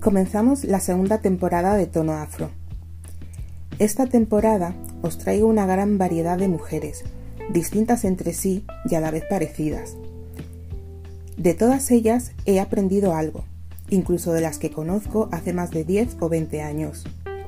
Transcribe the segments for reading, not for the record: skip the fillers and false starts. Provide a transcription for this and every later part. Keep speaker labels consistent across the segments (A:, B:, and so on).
A: Comenzamos la segunda temporada de Tono Afro. Esta temporada os traigo una gran variedad de mujeres, distintas entre sí y a la vez parecidas. De todas ellas he aprendido algo, incluso de las que conozco hace más de 10 o 20 años.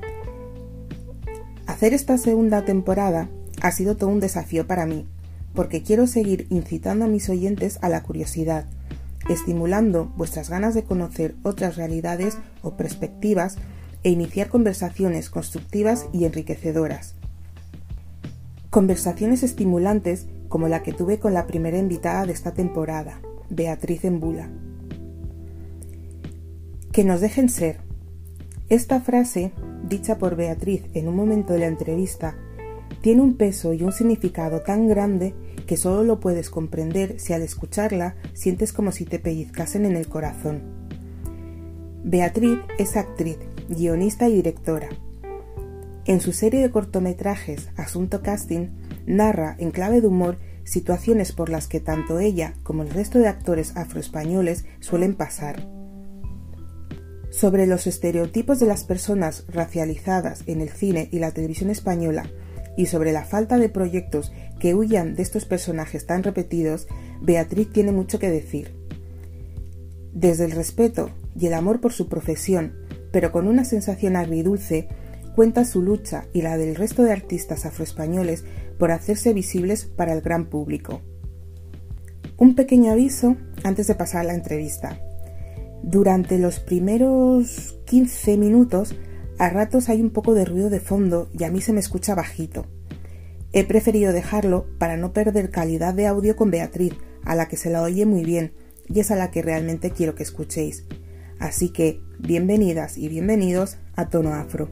A: Hacer esta segunda temporada ha sido todo un desafío para mí, porque quiero seguir incitando a mis oyentes a la curiosidad, estimulando vuestras ganas de conocer otras realidades o perspectivas e iniciar conversaciones constructivas y enriquecedoras. Conversaciones estimulantes como la que tuve con la primera invitada de esta temporada, Beatriz Embula. Que nos dejen ser. Esta frase, dicha por Beatriz en un momento de la entrevista, tiene un peso y un significado tan grande que solo lo puedes comprender si al escucharla sientes como si te pellizcasen en el corazón. Beatriz es actriz, guionista y directora. En su serie de cortometrajes Asunto Casting narra en clave de humor situaciones por las que tanto ella como el resto de actores afroespañoles suelen pasar. Sobre los estereotipos de las personas racializadas en el cine y la televisión española y sobre la falta de proyectos que huyan de estos personajes tan repetidos, Beatriz tiene mucho que decir. Desde el respeto y el amor por su profesión, pero con una sensación agridulce, cuenta su lucha y la del resto de artistas afroespañoles por hacerse visibles para el gran público. Un pequeño aviso antes de pasar a la entrevista. Durante los primeros 15 minutos, a ratos hay un poco de ruido de fondo y a mí se me escucha bajito. He preferido dejarlo para no perder calidad de audio con Beatriz, a la que se la oye muy bien y es a la que realmente quiero que escuchéis. Así que, bienvenidas y bienvenidos a Tono Afro.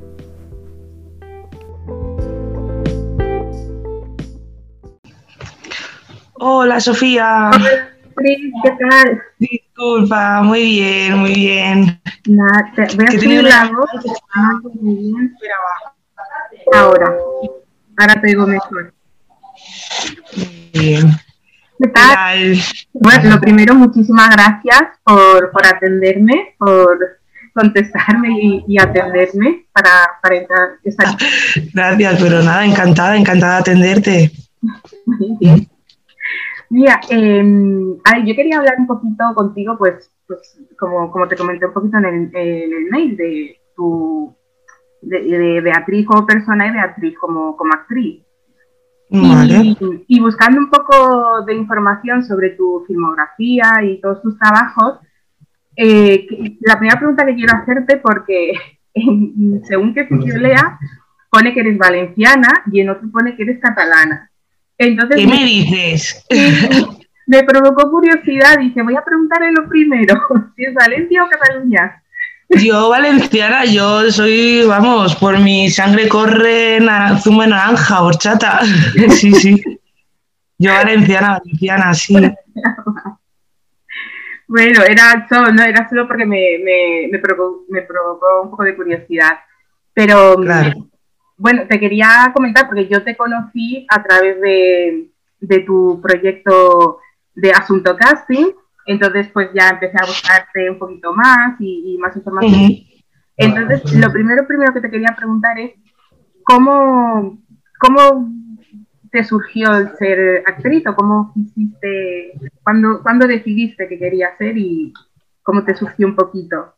B: Hola, Sofía.
C: Hola, Beatriz, ¿qué tal?
B: Disculpa, muy bien, muy bien.
C: Nada, voy a subir la voz. Muy bien. Ahora te digo mejor.
B: Bien.
C: ¿Qué tal? Bueno, lo primero, muchísimas gracias por atenderme, por contestarme y atenderme para entrar.
B: Gracias, pero nada, encantada de atenderte.
C: Muy bien. Mira, yo quería hablar un poquito contigo, pues como te comenté un poquito en el mail de Beatriz como persona y Beatriz como actriz.
B: Vale.
C: Y buscando un poco de información sobre tu filmografía y todos tus trabajos, la primera pregunta que quiero hacerte, porque según que sitio lea, pone que eres valenciana y en otro pone que eres catalana. Entonces,
B: ¿qué me dices?
C: Me provocó curiosidad, dije, voy a preguntarle lo primero, si es Valencia o Cataluña.
B: Yo valenciana, yo soy, vamos, por mi sangre corre zumo de naranja, horchata. Sí. Yo valenciana, sí.
C: Bueno, era solo porque me provocó un poco de curiosidad. Pero,
B: claro.
C: Bueno, te quería comentar, porque yo te conocí a través de tu proyecto de Asunto Casting. Entonces, pues ya empecé a buscarte un poquito más y más información. Uh-huh. Entonces, lo primero que te quería preguntar es, ¿cómo te surgió el ser actriz o cómo hiciste, cuándo decidiste que querías ser y cómo te surgió un poquito?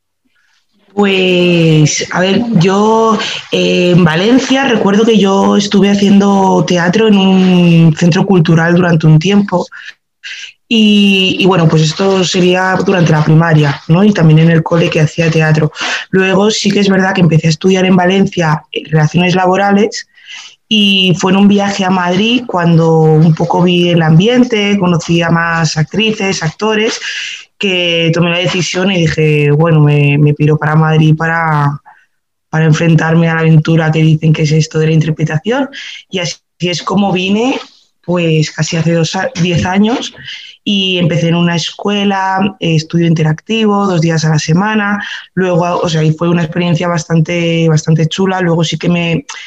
B: Pues, a ver, yo en Valencia recuerdo que yo estuve haciendo teatro en un centro cultural durante un tiempo. Y bueno, pues esto sería durante la primaria, ¿no? Y también en el cole que hacía teatro. Luego sí que es verdad que empecé a estudiar en Valencia relaciones laborales y fue en un viaje a Madrid cuando un poco vi el ambiente, conocí a más actrices, actores, que tomé la decisión y dije, bueno, me piro para Madrid para enfrentarme a la aventura que dicen que es esto de la interpretación. Y así es como vine, pues casi hace 10 años, y empecé en una escuela, estudio interactivo, 2 días a la semana. Luego, o sea, y fue una experiencia bastante chula. Luego sí que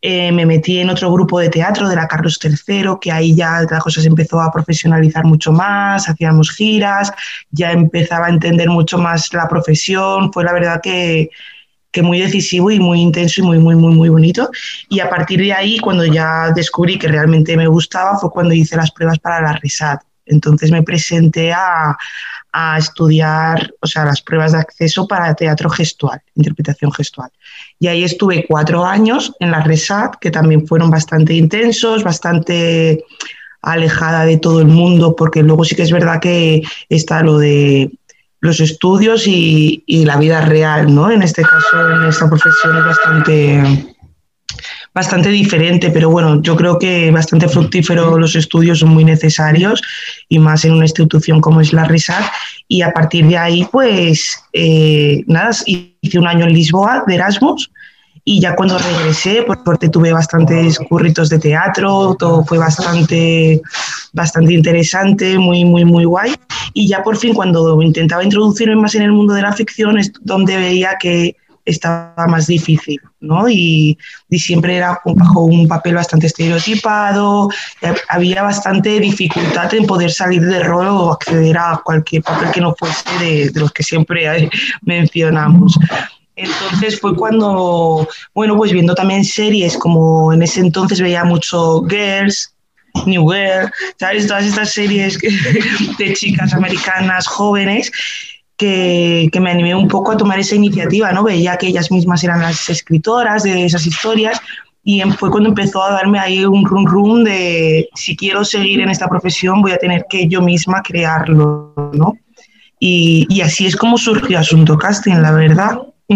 B: me metí en otro grupo de teatro de la Carlos III, que ahí ya la cosa se empezó a profesionalizar mucho más, hacíamos giras, ya empezaba a entender mucho más la profesión. Fue la verdad que muy decisivo y muy intenso y muy bonito. Y a partir de ahí, cuando ya descubrí que realmente me gustaba, fue cuando hice las pruebas para la RESAT. Entonces me presenté a estudiar, o sea, las pruebas de acceso para teatro gestual, interpretación gestual. Y ahí estuve 4 años en la RESAT, que también fueron bastante intensos, bastante alejada de todo el mundo, porque luego sí que es verdad que está lo de los estudios y la vida real, ¿no? En este caso, en esta profesión es bastante diferente, pero bueno, yo creo que bastante fructífero. Los estudios son muy necesarios y más en una institución como es la RESAT. Y a partir de ahí, pues nada, hice un año en Lisboa de Erasmus. Y ya cuando regresé, por suerte tuve bastantes curritos de teatro, todo fue bastante interesante, muy guay. Y ya por fin, cuando intentaba introducirme más en el mundo de la ficción, es donde veía que estaba más difícil, ¿no? Y siempre era bajo un papel bastante estereotipado, había bastante dificultad en poder salir del rol o acceder a cualquier papel que no fuese de los que siempre mencionamos. Entonces fue cuando, bueno, pues viendo también series, como en ese entonces veía mucho Girls, New Girl, ¿sabes? Todas estas series de chicas americanas jóvenes, que me animé un poco a tomar esa iniciativa, ¿no? Veía que ellas mismas eran las escritoras de esas historias y fue cuando empezó a darme ahí un rum de si quiero seguir en esta profesión voy a tener que yo misma crearlo, ¿no? Y así es como surgió Asunto Casting, la verdad.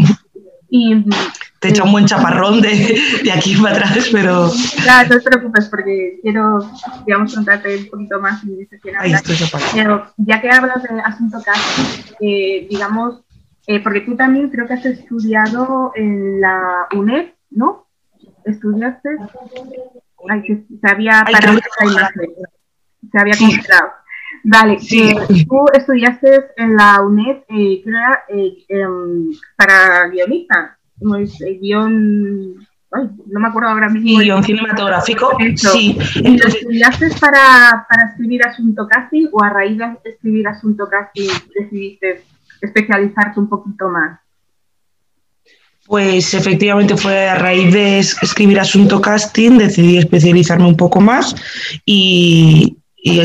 C: Y
B: te he hecho un buen chaparrón de aquí para atrás, pero...
C: Claro, no te preocupes porque quiero, digamos, contarte un poquito más y dices quién habla. Pero ya que hablas de Asunto Casting, digamos, porque tú también creo que has estudiado en la UNED, ¿no? ¿Estudiaste? Ay, se había parado esa imagen. Se había congelado. Vale, sí. Tú estudiaste en la UNED, para guionista, guión, ay, no me acuerdo ahora mismo.
B: Guión cinematográfico, eso. Sí.
C: ¿Y lo estudiaste para escribir Asunto Casting o a raíz de escribir Asunto Casting decidiste especializarte un poquito más?
B: Pues efectivamente fue a raíz de escribir Asunto Casting, decidí especializarme un poco más y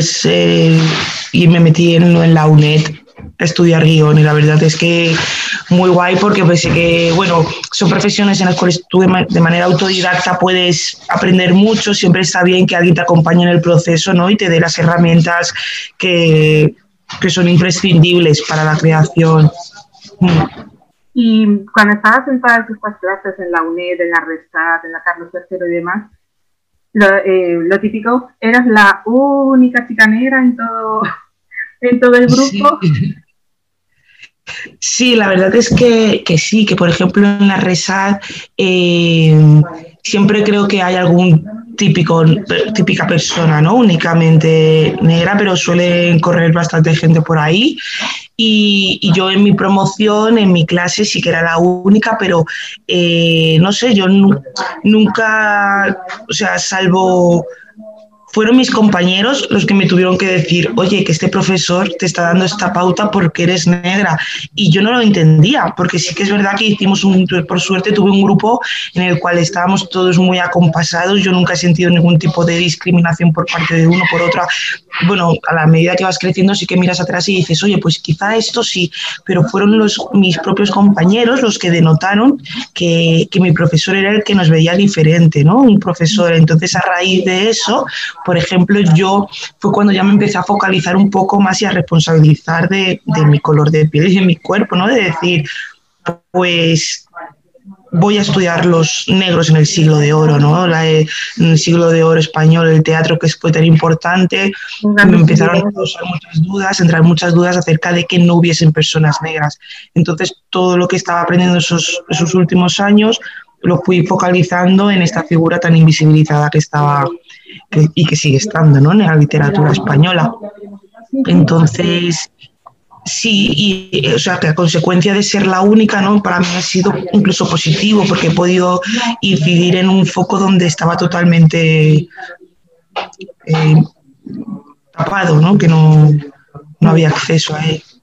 B: me metí en la UNED a estudiar guión, y la verdad es que muy guay, porque pensé que, bueno, son profesiones en las cuales tú de manera autodidacta puedes aprender mucho, siempre está bien que alguien te acompañe en el proceso, ¿no? Y te dé las herramientas que son imprescindibles para la creación.
C: Y cuando estabas en todas estas clases en la UNED, en la RESAT, en la Carlos III y demás, lo típico, eras la única chica negra en todo el grupo.
B: Sí, la verdad es que sí, que por ejemplo en la RESAT siempre creo que hay algún típica persona, ¿no? Únicamente negra, pero suelen correr bastante gente por ahí. Y yo en mi promoción, en mi clase, sí que era la única, pero no sé, yo nunca, o sea, salvo... Fueron mis compañeros los que me tuvieron que decir, oye, que este profesor te está dando esta pauta porque eres negra. Y yo no lo entendía, porque sí que es verdad que por suerte tuve un grupo en el cual estábamos todos muy acompasados. Yo nunca he sentido ningún tipo de discriminación por parte de uno por otra. Bueno, a la medida que vas creciendo sí que miras atrás y dices, oye, pues quizá esto sí, pero fueron mis propios compañeros los que denotaron que mi profesor era el que nos veía diferente, ¿no? Un profesor. Entonces, a raíz de eso, por ejemplo, fue cuando ya me empecé a focalizar un poco más y a responsabilizar de mi color de piel y de mi cuerpo, ¿no? De decir, pues voy a estudiar los negros en el siglo de oro, ¿no? En el siglo de oro español, el teatro, que fue tan importante. Me empezaron a entrar muchas dudas acerca de que no hubiesen personas negras. Entonces, todo lo que estaba aprendiendo esos últimos años lo fui focalizando en esta figura tan invisibilizada que estaba y que sigue estando, ¿no? En la literatura española. Entonces, sí, y o sea, que a consecuencia de ser la única, ¿no? Para mí ha sido incluso positivo porque he podido incidir en un foco donde estaba totalmente eh, tapado, ¿no? Que no había acceso a él.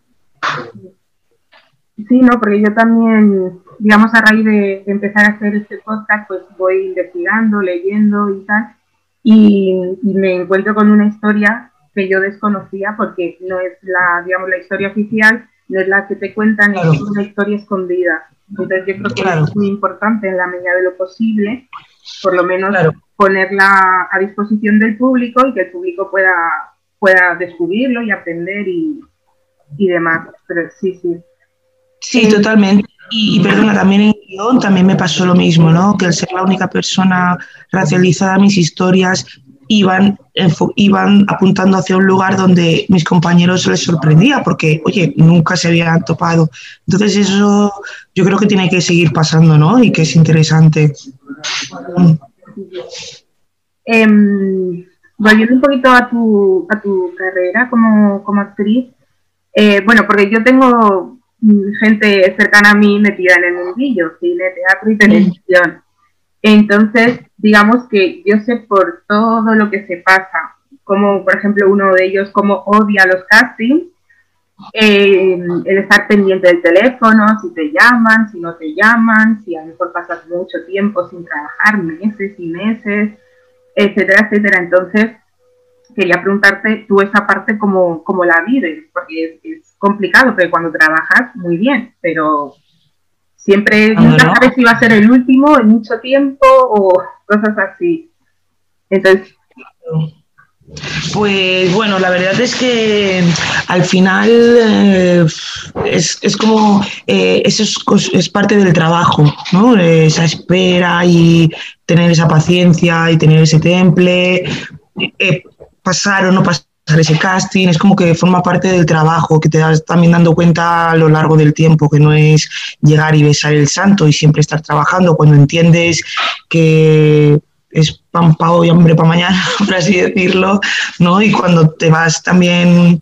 C: Sí, no, porque yo también, digamos, a raíz de empezar a hacer este podcast, pues voy investigando, leyendo y tal, y me encuentro con una historia que yo desconocía porque no es la, digamos, la historia oficial, no es la que te cuentan, claro. Es una historia escondida. Entonces yo creo que claro. Es muy importante en la medida de lo posible, por lo menos claro. Ponerla a disposición del público y que el público pueda descubrirlo y aprender y demás. Pero sí.
B: Sí, totalmente. Y perdona, también en guión también me pasó lo mismo, ¿no? Que al ser la única persona racializada, mis historias iban apuntando hacia un lugar donde mis compañeros les sorprendía porque, oye, nunca se habían topado. Entonces eso yo creo que tiene que seguir pasando, ¿no? Y que es interesante.
C: Volviendo un poquito a tu carrera como actriz, bueno, porque yo tengo gente cercana a mí metida en el mundillo, cine, teatro y televisión. Entonces, digamos que yo sé por todo lo que se pasa, como por ejemplo uno de ellos, cómo odia los castings, el estar pendiente del teléfono, si te llaman, si no te llaman, si a lo mejor pasas mucho tiempo sin trabajar, meses y meses, etcétera, etcétera. Entonces, quería preguntarte tú esa parte cómo la vives, porque es complicado, porque cuando trabajas, muy bien, pero siempre nunca sabes si va a ser el último en mucho tiempo o cosas así. Entonces...
B: Pues bueno, la verdad es que al final es como, eso es parte del trabajo, ¿no? Esa espera y tener esa paciencia y tener ese temple, pasar o no pasar ese casting, es como que forma parte del trabajo, que te das también dando cuenta a lo largo del tiempo, que no es llegar y besar el santo y siempre estar trabajando, cuando entiendes que es pan pa' hoy, hambre pa' mañana, por así decirlo, ¿no? Y cuando te vas también,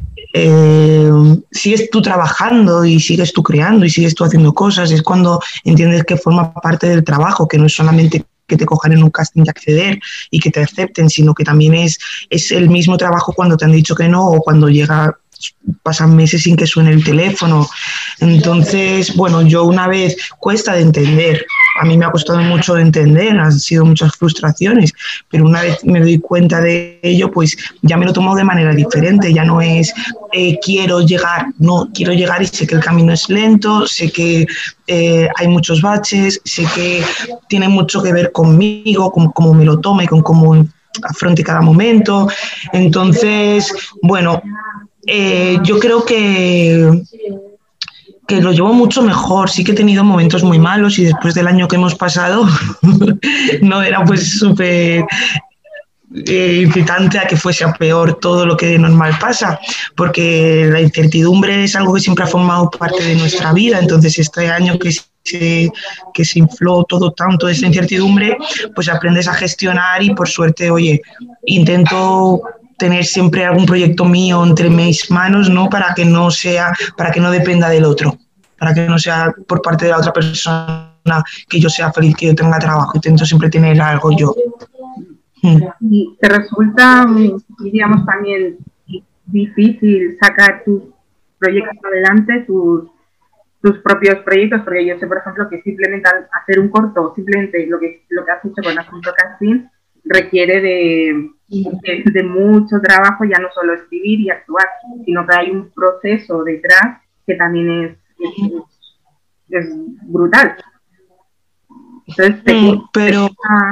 B: sigues tú trabajando y sigues tú creando y sigues tú haciendo cosas, es cuando entiendes que forma parte del trabajo, que no es solamente que te cojan en un casting y acceder y que te acepten, sino que también es el mismo trabajo cuando te han dicho que no o cuando pasan meses sin que suene el teléfono. Entonces, bueno, yo una vez cuesta de entender, a mí me ha costado mucho de entender, han sido muchas frustraciones, pero una vez me doy cuenta de ello, pues ya me lo tomo de manera diferente, ya no es quiero llegar, no, quiero llegar y sé que el camino es lento, sé que hay muchos baches, sé que tiene mucho que ver conmigo, con cómo me lo tome, con cómo afronte cada momento. Entonces, bueno, yo creo que lo llevo mucho mejor. Sí que he tenido momentos muy malos y después del año que hemos pasado no era pues súper incitante a que fuese a peor todo lo que de normal pasa, porque la incertidumbre es algo que siempre ha formado parte de nuestra vida. Entonces este año que se infló todo tanto de esa incertidumbre, pues aprendes a gestionar y por suerte, oye, intento tener siempre algún proyecto mío entre mis manos, ¿no? Para que no dependa del otro, para que no sea por parte de la otra persona que yo sea feliz, que yo tenga trabajo. Intento siempre tener algo yo.
C: ¿Y te resulta, digamos, también difícil sacar tus proyectos adelante, tus propios proyectos? Porque yo sé, por ejemplo, que simplemente al hacer un corto, simplemente lo que has hecho con Asunto Casting, requiere de mucho trabajo, ya no solo escribir y actuar, sino que hay un proceso detrás que también es brutal. Entonces,
B: pero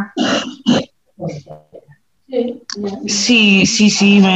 B: sí, me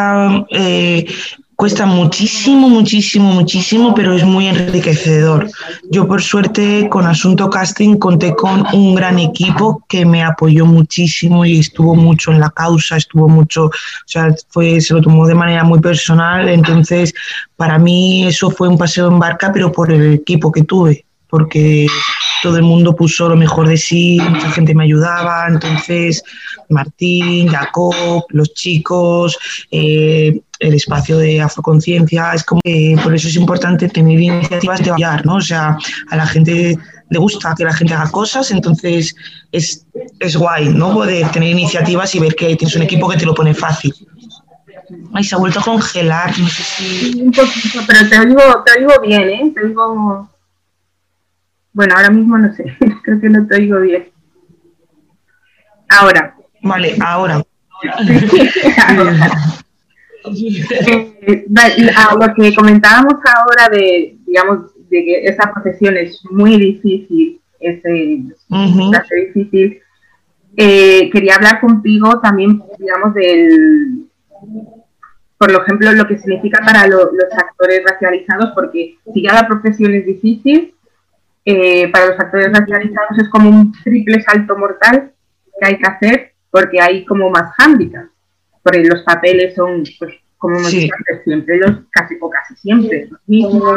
B: cuesta muchísimo, pero es muy enriquecedor. Yo, por suerte, con Asunto Casting conté con un gran equipo que me apoyó muchísimo y estuvo mucho en la causa, se lo tomó de manera muy personal. Entonces, para mí eso fue un paseo en barca, pero por el equipo que tuve, porque todo el mundo puso lo mejor de sí, mucha gente me ayudaba. Entonces, Martín, Jacob, los chicos, el espacio de afroconciencia, es como que por eso es importante tener iniciativas de apoyar, ¿no? O sea, a la gente le gusta que la gente haga cosas, entonces es guay, ¿no? Poder tener iniciativas y ver que tienes un equipo que te lo pone fácil. Ay, se ha vuelto a congelar, no sé si...
C: Un poquito, pero te oigo bien, ¿eh? Te oigo... Bueno, ahora mismo no sé, creo que no te oigo bien. Ahora.
B: Vale, ahora.
C: A lo que comentábamos ahora de, digamos, de que esa profesión es muy difícil, es difícil, quería hablar contigo también, digamos, por ejemplo, lo que significa para los actores racializados, porque si ya la profesión es difícil, para los actores racializados es como un triple salto mortal que hay que hacer, porque hay como más hándicaps, porque los papeles son, pues, como hemos dicho antes, siempre casi siempre los mismos.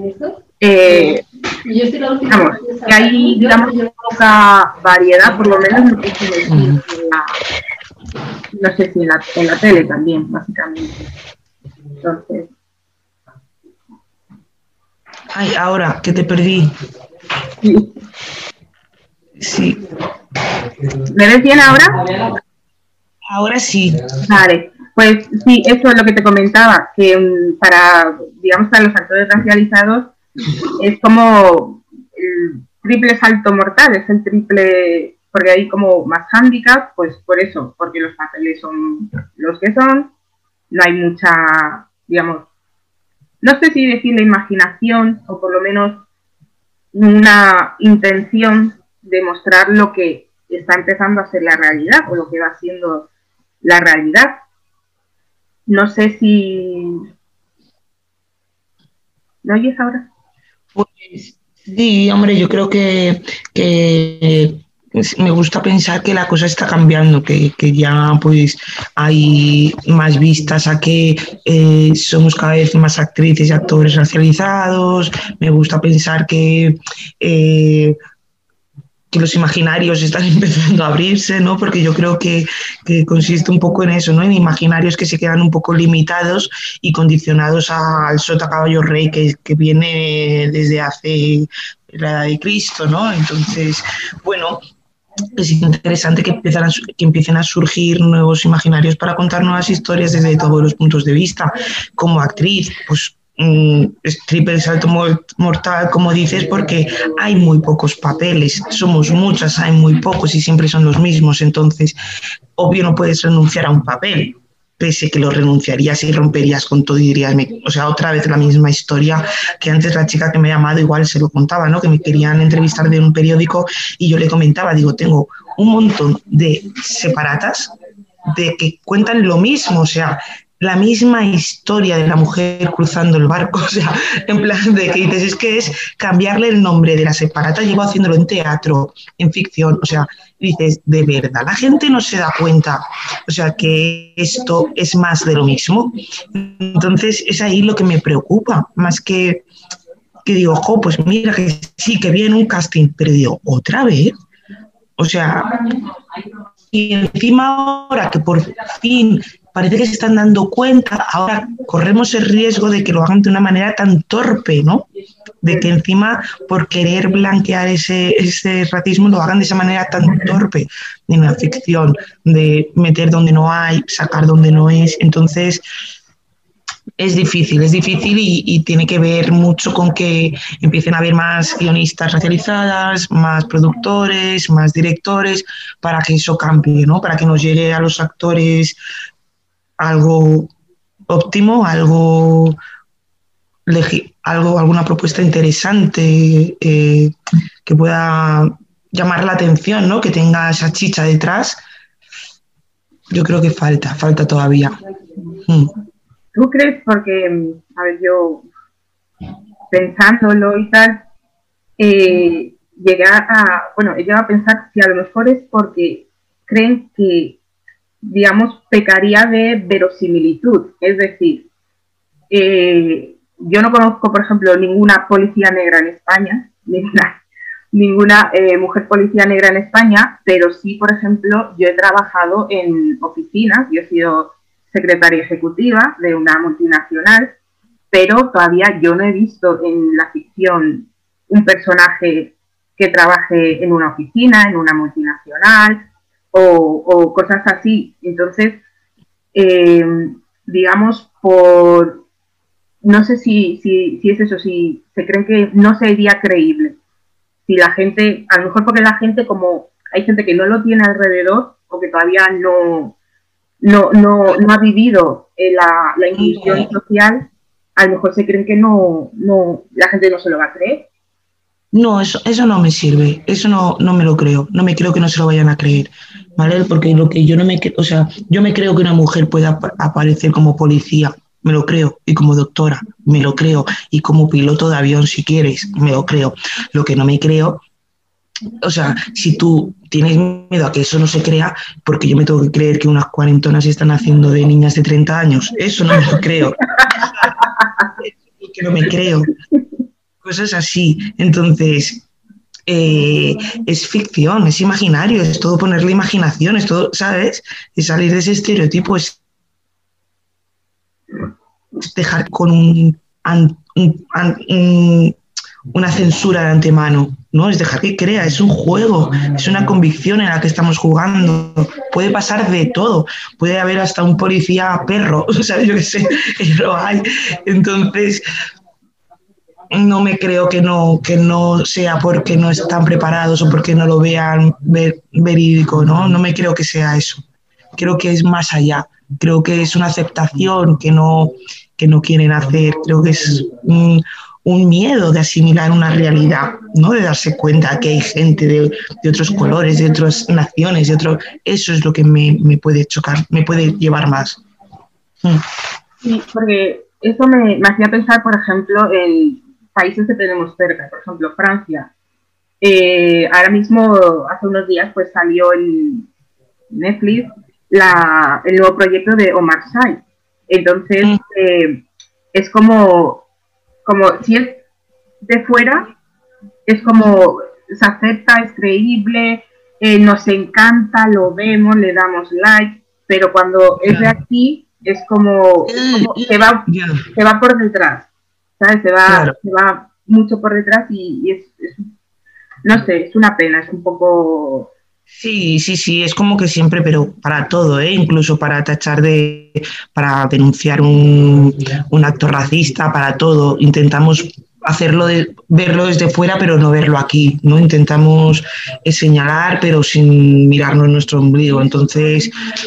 C: Vamos, que hay, digamos, poca variedad, por lo menos lo que se decir no sé si en la tele también, básicamente. Entonces.
B: Ay, ahora, que te perdí.
C: Sí.
B: Sí.
C: ¿Me ves bien ahora?
B: Ahora sí.
C: Vale, pues sí, eso es lo que te comentaba, que para los actores racializados es como el triple salto mortal, es el triple, porque hay como más hándicap, pues por eso, porque los papeles son los que son, no hay mucha, digamos, no sé si decir la imaginación o por lo menos una intención de mostrar lo que está empezando a ser la realidad o lo que va siendo la realidad. No sé si... ¿Me oyes ahora?
B: Pues sí, hombre, yo creo que me gusta pensar que la cosa está cambiando, que ya pues hay más vistas a que somos cada vez más actrices y actores racializados. Me gusta pensar que los imaginarios están empezando a abrirse, ¿no? Porque yo creo que consiste un poco en eso, ¿no? En imaginarios que se quedan un poco limitados y condicionados al sota caballo rey que viene desde hace la edad de Cristo, ¿no? Entonces, bueno, es interesante que empiecen a surgir nuevos imaginarios para contar nuevas historias desde todos los puntos de vista. Como actriz, pues es triple salto mortal, como dices, porque hay muy pocos papeles, somos muchas, hay muy pocos y siempre son los mismos, entonces obvio no puedes renunciar a un papel, pese que lo renunciarías y romperías con todo y dirías, o sea, otra vez la misma historia que antes la chica que me ha llamado igual se lo contaba, ¿no? Que me querían entrevistar de un periódico y yo le comentaba, digo, tengo un montón de separatas de que cuentan lo mismo, o sea, la misma historia de la mujer cruzando el barco, o sea, en plan de que dices, es que es cambiarle el nombre de la separata, llevo haciéndolo en teatro, en ficción, o sea, dices, de verdad, la gente no se da cuenta, o sea, que esto es más de lo mismo. Entonces, es ahí lo que me preocupa, más que digo, ojo, pues mira, que sí, que viene un casting, pero digo, ¿otra vez? O sea, y encima ahora que por fin parece que se están dando cuenta, ahora corremos el riesgo de que lo hagan de una manera tan torpe, ¿no? De que encima por querer blanquear ese racismo lo hagan de esa manera tan torpe en la ficción, de meter donde no hay, sacar donde no es. Entonces es difícil y tiene que ver mucho con que empiecen a haber más guionistas racializadas, más productores, más directores, para que eso cambie, ¿no? Para que nos llegue a los actores algo óptimo, alguna propuesta interesante que pueda llamar la atención, ¿no? Que tenga esa chicha detrás. Yo creo que falta todavía.
C: ¿Tú crees? Porque, a ver, yo pensándolo y tal, he llegado a pensar si a lo mejor es porque creen que, digamos, pecaría de verosimilitud. Es decir, yo no conozco, por ejemplo, ninguna policía negra en España, ninguna mujer policía negra en España, pero sí, por ejemplo, yo he trabajado en oficinas, yo he sido secretaria ejecutiva de una multinacional, pero todavía yo no he visto en la ficción un personaje que trabaje en una oficina, en una multinacional o cosas así. Entonces, digamos, no sé si es eso, si se creen que no sería creíble. Si la gente, a lo mejor porque la gente, como hay gente que no lo tiene alrededor o que todavía no ha vivido la inclusión social, a lo mejor se creen que la gente no se lo va a creer.
B: No, eso no me sirve, eso no me lo creo, no me creo que no se lo vayan a creer, ¿vale? Porque lo que yo no me creo, o sea, yo me creo que una mujer pueda aparecer como policía, me lo creo, y como doctora, me lo creo, y como piloto de avión, si quieres, me lo creo. Lo que no me creo, o sea, si tú tienes miedo a que eso no se crea, porque yo me tengo que creer que unas cuarentonas están haciendo de niñas de 30 años, eso no me lo creo, que no me creo. Cosas así. Entonces, es ficción, es imaginario, es todo ponerle imaginación, es todo, ¿sabes? Y salir de ese estereotipo es dejar con una censura de antemano, ¿no? Es dejar que crea, es un juego, es una convicción en la que estamos jugando. Puede pasar de todo, puede haber hasta un policía perro, ¿sabes? Yo qué sé, que lo hay. Entonces, no me creo que no sea porque no están preparados o porque no lo vean verídico, ¿no? No me creo que sea eso. Creo que es más allá. Creo que es una aceptación que no quieren hacer. Creo que es un miedo de asimilar una realidad, ¿no? De darse cuenta que hay gente de otros colores, de otras naciones, eso es lo que me puede chocar, me puede llevar más.
C: Sí, porque eso me hacía pensar, por ejemplo, en países que tenemos cerca, por ejemplo, Francia. Ahora mismo, hace unos días, pues salió en Netflix el nuevo proyecto de Omar Sy. Entonces, es como si es de fuera, es como se acepta, es creíble, nos encanta, lo vemos, le damos like, pero cuando es de aquí, es como se va por detrás, ¿sabes? Se va mucho por detrás y es, no sé, es una pena, es un poco...
B: Sí, es como que siempre, pero para todo, incluso para para denunciar un acto racista, para todo, intentamos verlo desde fuera, pero no verlo aquí, ¿no? Intentamos señalar, pero sin mirarnos nuestro ombligo. Entonces,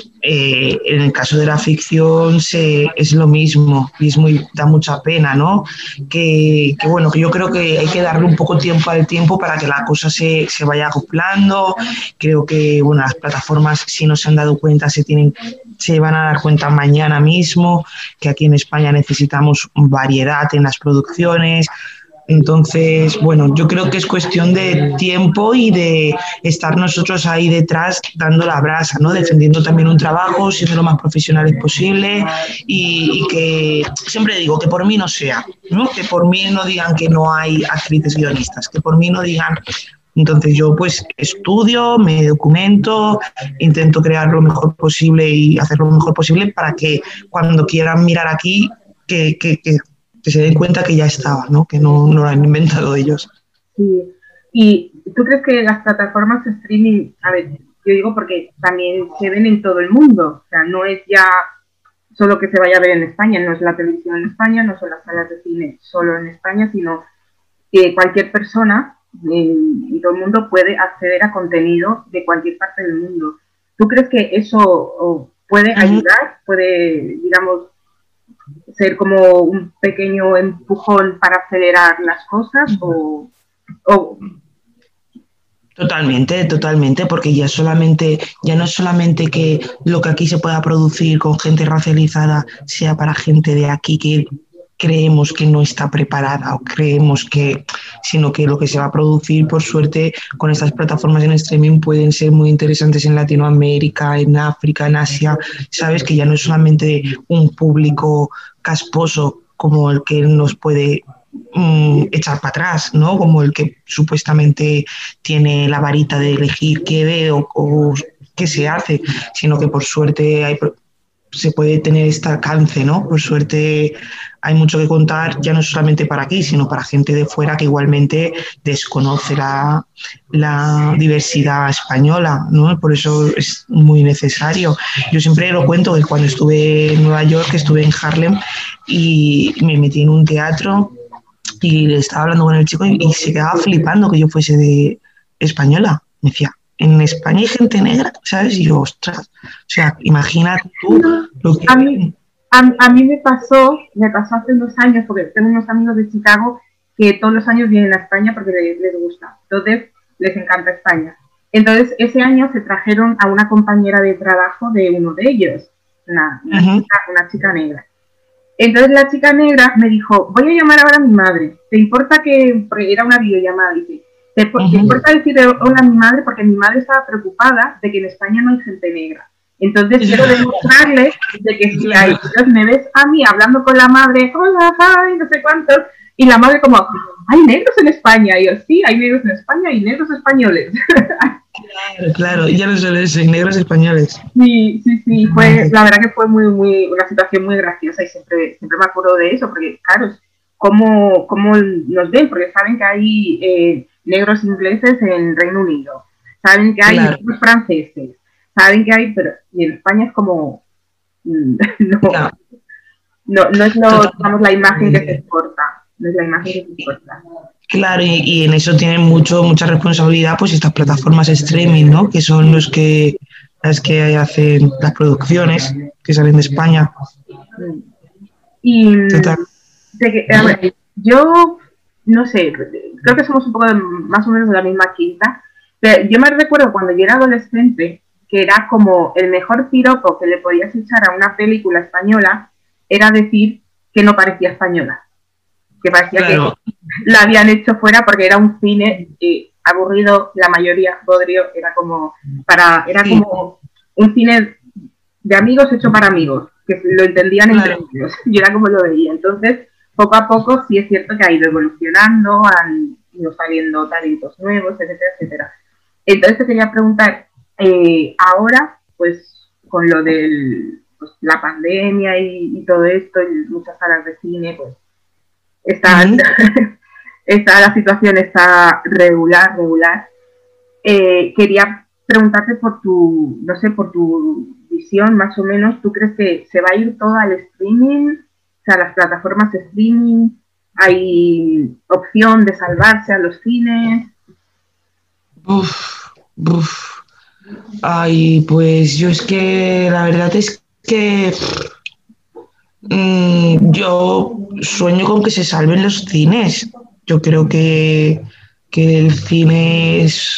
B: en el caso de la ficción es lo mismo y da mucha pena, ¿no? Que bueno, que yo creo que hay que darle un poco tiempo al tiempo para que la cosa se vaya acoplando. Creo que, bueno, las plataformas, si no se han dado cuenta, se van a dar cuenta mañana mismo que aquí en España necesitamos variedad en las producciones. Entonces, bueno, yo creo que es cuestión de tiempo y de estar nosotros ahí detrás dando la brasa, ¿no? Defendiendo también un trabajo, siendo lo más profesionales posible y que siempre digo que por mí no sea, ¿no? Que por mí no digan que no hay actrices guionistas, que por mí no digan... Entonces yo pues estudio, me documento, intento crear lo mejor posible y hacer lo mejor posible para que cuando quieran mirar aquí, que se den cuenta que ya estaba, ¿no? Que no lo han inventado ellos.
C: Sí. ¿Y tú crees que las plataformas de streaming, a ver, yo digo porque también se ven en todo el mundo, o sea, no es ya solo que se vaya a ver en España, no es la televisión en España, no son las salas de cine solo en España, sino que cualquier persona y todo el mundo puede acceder a contenido de cualquier parte del mundo. ¿Tú crees que eso puede ayudar, puede, digamos, ser como un pequeño empujón para acelerar las cosas o...
B: Totalmente, porque ya no es solamente que lo que aquí se pueda producir con gente racializada sea para gente de aquí que creemos que no está preparada sino que lo que se va a producir, por suerte, con estas plataformas en streaming pueden ser muy interesantes en Latinoamérica, en África, en Asia, sabes que ya no es solamente un público casposo como el que nos puede echar para atrás, ¿no? Como el que supuestamente tiene la varita de elegir qué ve o qué se hace, sino que por suerte se puede tener este alcance, ¿no? Por suerte hay mucho que contar, ya no solamente para aquí, sino para gente de fuera que igualmente desconoce la diversidad española, ¿no? Por eso es muy necesario. Yo siempre lo cuento que cuando estuve en Nueva York, estuve en Harlem y me metí en un teatro y le estaba hablando con el chico y se quedaba flipando que yo fuese de española. Me decía, en España hay gente negra, ¿sabes? Y yo, ostras, o sea, imagínate tú lo que...
C: A mí me pasó hace unos años, porque tengo unos amigos de Chicago que todos los años vienen a España porque les gusta. Entonces, les encanta España. Entonces, ese año se trajeron a una compañera de trabajo de uno de ellos, una chica negra. Entonces, la chica negra me dijo, voy a llamar ahora a mi madre. ¿Te importa que...? Porque era una videollamada, dice. ¿Te importa decir hola a mi madre? Porque mi madre estaba preocupada de que en España no hay gente negra. Entonces quiero demostrarles de que si hay, entonces me ves a mí hablando con la madre, hola, ay, no sé cuántos, y la madre como, hay negros en España, y yo, sí, hay negros en España y negros españoles.
B: Claro, ya no solo eso, hay negros españoles.
C: Sí, la verdad que fue una situación muy graciosa y siempre me acuerdo de eso, porque claro, cómo nos ven, porque saben que hay negros ingleses en Reino Unido, saben que hay negros franceses, saben que hay, pero y en España es como no es digamos, la imagen que se exporta, no es la imagen que se exporta.
B: Claro, y en eso tienen mucha responsabilidad pues estas plataformas streaming, ¿no? Que son las que hacen las producciones que salen de España.
C: Y a ver, yo no sé, creo que somos un poco más o menos de la misma quinta, pero yo me recuerdo cuando yo era adolescente que era como el mejor piropo que le podías echar a una película española era decir que no parecía española, que parecía que la habían hecho fuera porque era un cine aburrido, la mayoría, bodrio, era como un cine de amigos hecho para amigos, que lo entendían entre ellos, y era como lo veía. Entonces, poco a poco sí es cierto que ha ido evolucionando, han ido saliendo talentos nuevos, etcétera, etcétera. Entonces te quería preguntar, ahora, pues con lo de la pandemia y todo esto, y muchas salas de cine, pues la situación está regular. Quería preguntarte por tu visión, más o menos, ¿tú crees que se va a ir todo al streaming? O sea, las plataformas de streaming, ¿hay opción de salvarse a los cines?
B: Ay, pues yo es que la verdad es que yo sueño con que se salven los cines. Yo creo que el cine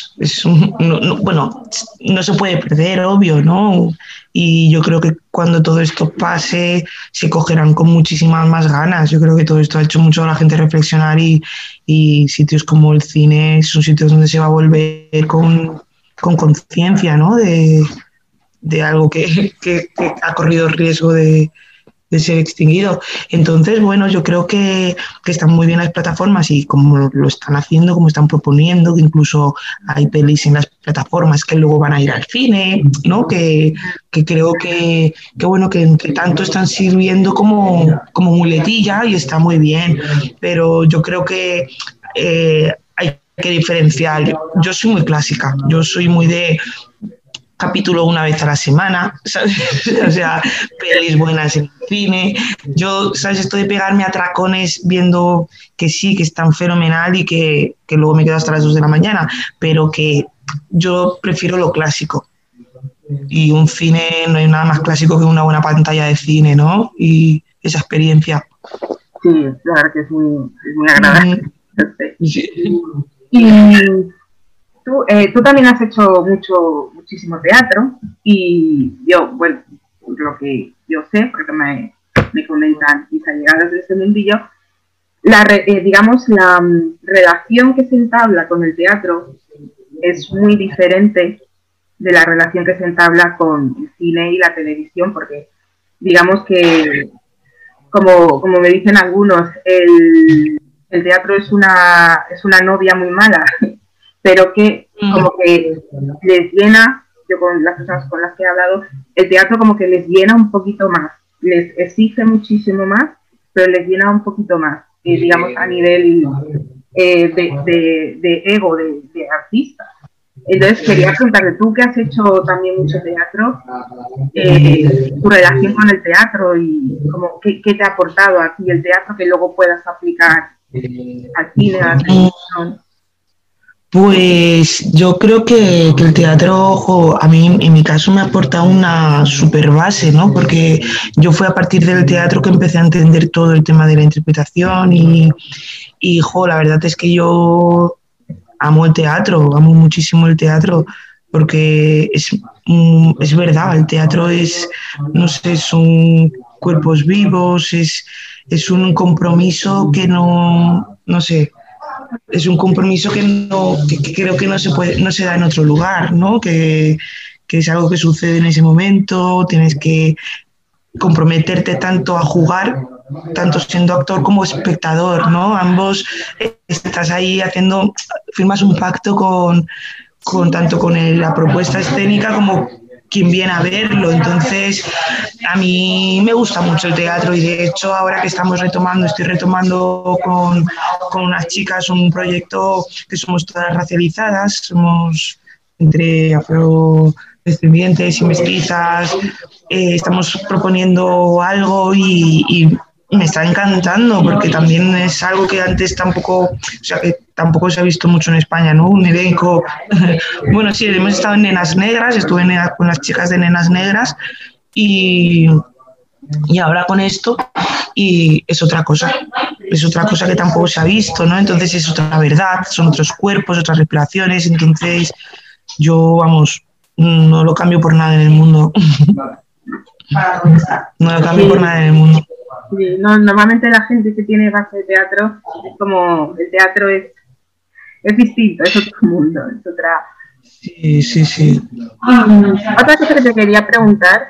B: no se puede perder, obvio, ¿no? Y yo creo que cuando todo esto pase se cogerán con muchísimas más ganas. Yo creo que todo esto ha hecho mucho a la gente reflexionar y sitios como el cine son sitios donde se va a volver con conciencia, ¿no? De algo que ha corrido riesgo de ser extinguido. Entonces, bueno, yo creo que están muy bien las plataformas y como lo están haciendo, como están proponiendo, que incluso hay pelis en las plataformas que luego van a ir al cine, ¿no? Que creo que bueno, que entre tanto están sirviendo como muletilla y está muy bien, pero yo creo que hay que diferenciar. Yo soy muy clásica, yo soy muy de capítulo una vez a la semana, ¿sabes? O sea, pelis buenas en el cine. Yo, ¿sabes? Esto de pegarme a tracones viendo que sí, que están fenomenal y que luego me quedo hasta las 2 de la mañana, pero que yo prefiero lo clásico. Y un cine, no hay nada más clásico que una buena pantalla de cine, ¿no? Y esa experiencia.
C: Sí, la verdad que es muy agradable.
B: Sí.
C: Y tú también has hecho muchísimo teatro y yo, bueno, lo que yo sé, porque me comentan mis allegados de este mundillo, digamos, la relación que se entabla con el teatro es muy diferente de la relación que se entabla con el cine y la televisión, porque digamos que, como me dicen algunos, el teatro es una novia muy mala, pero que como que les llena yo con las personas con las que he hablado, el teatro como que les llena un poquito más, les exige muchísimo más, pero les llena un poquito más, digamos, a nivel de ego, de artista. Entonces quería preguntarte, tú que has hecho también mucho teatro, tu relación con el teatro y como, ¿qué te ha aportado a ti el teatro que luego puedas aplicar al cine, a la televisión?
B: Pues yo creo que el teatro, ojo, a mí en mi caso me ha aportado una super base, ¿no? Porque yo fue a partir del teatro que empecé a entender todo el tema de la interpretación y jo, la verdad es que yo amo el teatro, amo muchísimo el teatro, porque es verdad, el teatro es, no sé, son cuerpos vivos, es un compromiso que no sé, es un compromiso que creo que no se da en otro lugar, ¿no? Que es algo que sucede en ese momento, tienes que comprometerte tanto a jugar, tanto siendo actor como espectador, ¿no? Ambos estás ahí firmas un pacto tanto con la propuesta escénica como quien viene a verlo. Entonces, a mí me gusta mucho el teatro y de hecho ahora que estoy retomando con unas chicas un proyecto que somos todas racializadas, somos entre afrodescendientes y mestizas, estamos proponiendo algo y me está encantando porque también es algo que antes tampoco se ha visto mucho en España, ¿no? Un elenco, bueno, sí, hemos estado en Nenas Negras, estuve con las chicas de Nenas Negras y ahora con esto y es otra cosa que tampoco se ha visto, ¿no? Entonces es otra verdad, son otros cuerpos, otras respiraciones, entonces yo, vamos, no lo cambio por nada en el mundo. No lo cambio por nada en el mundo.
C: Sí, no, normalmente la gente que tiene base de teatro es como, el teatro es distinto, es otro mundo, es otra...
B: Sí.
C: Otra cosa que te quería preguntar,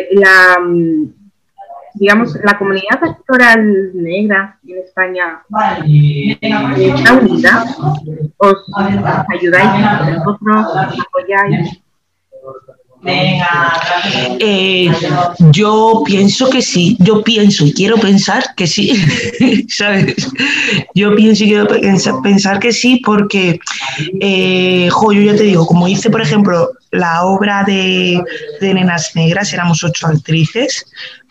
C: digamos, la comunidad actoral negra en España está unida, os ayudáis vosotros, os apoyáis.
B: Yo pienso que sí, yo pienso y quiero pensar que sí, ¿sabes? Yo pienso y quiero pensar que sí porque, yo ya te digo, como hice, por ejemplo, la obra de Nenas Negras, éramos 8 actrices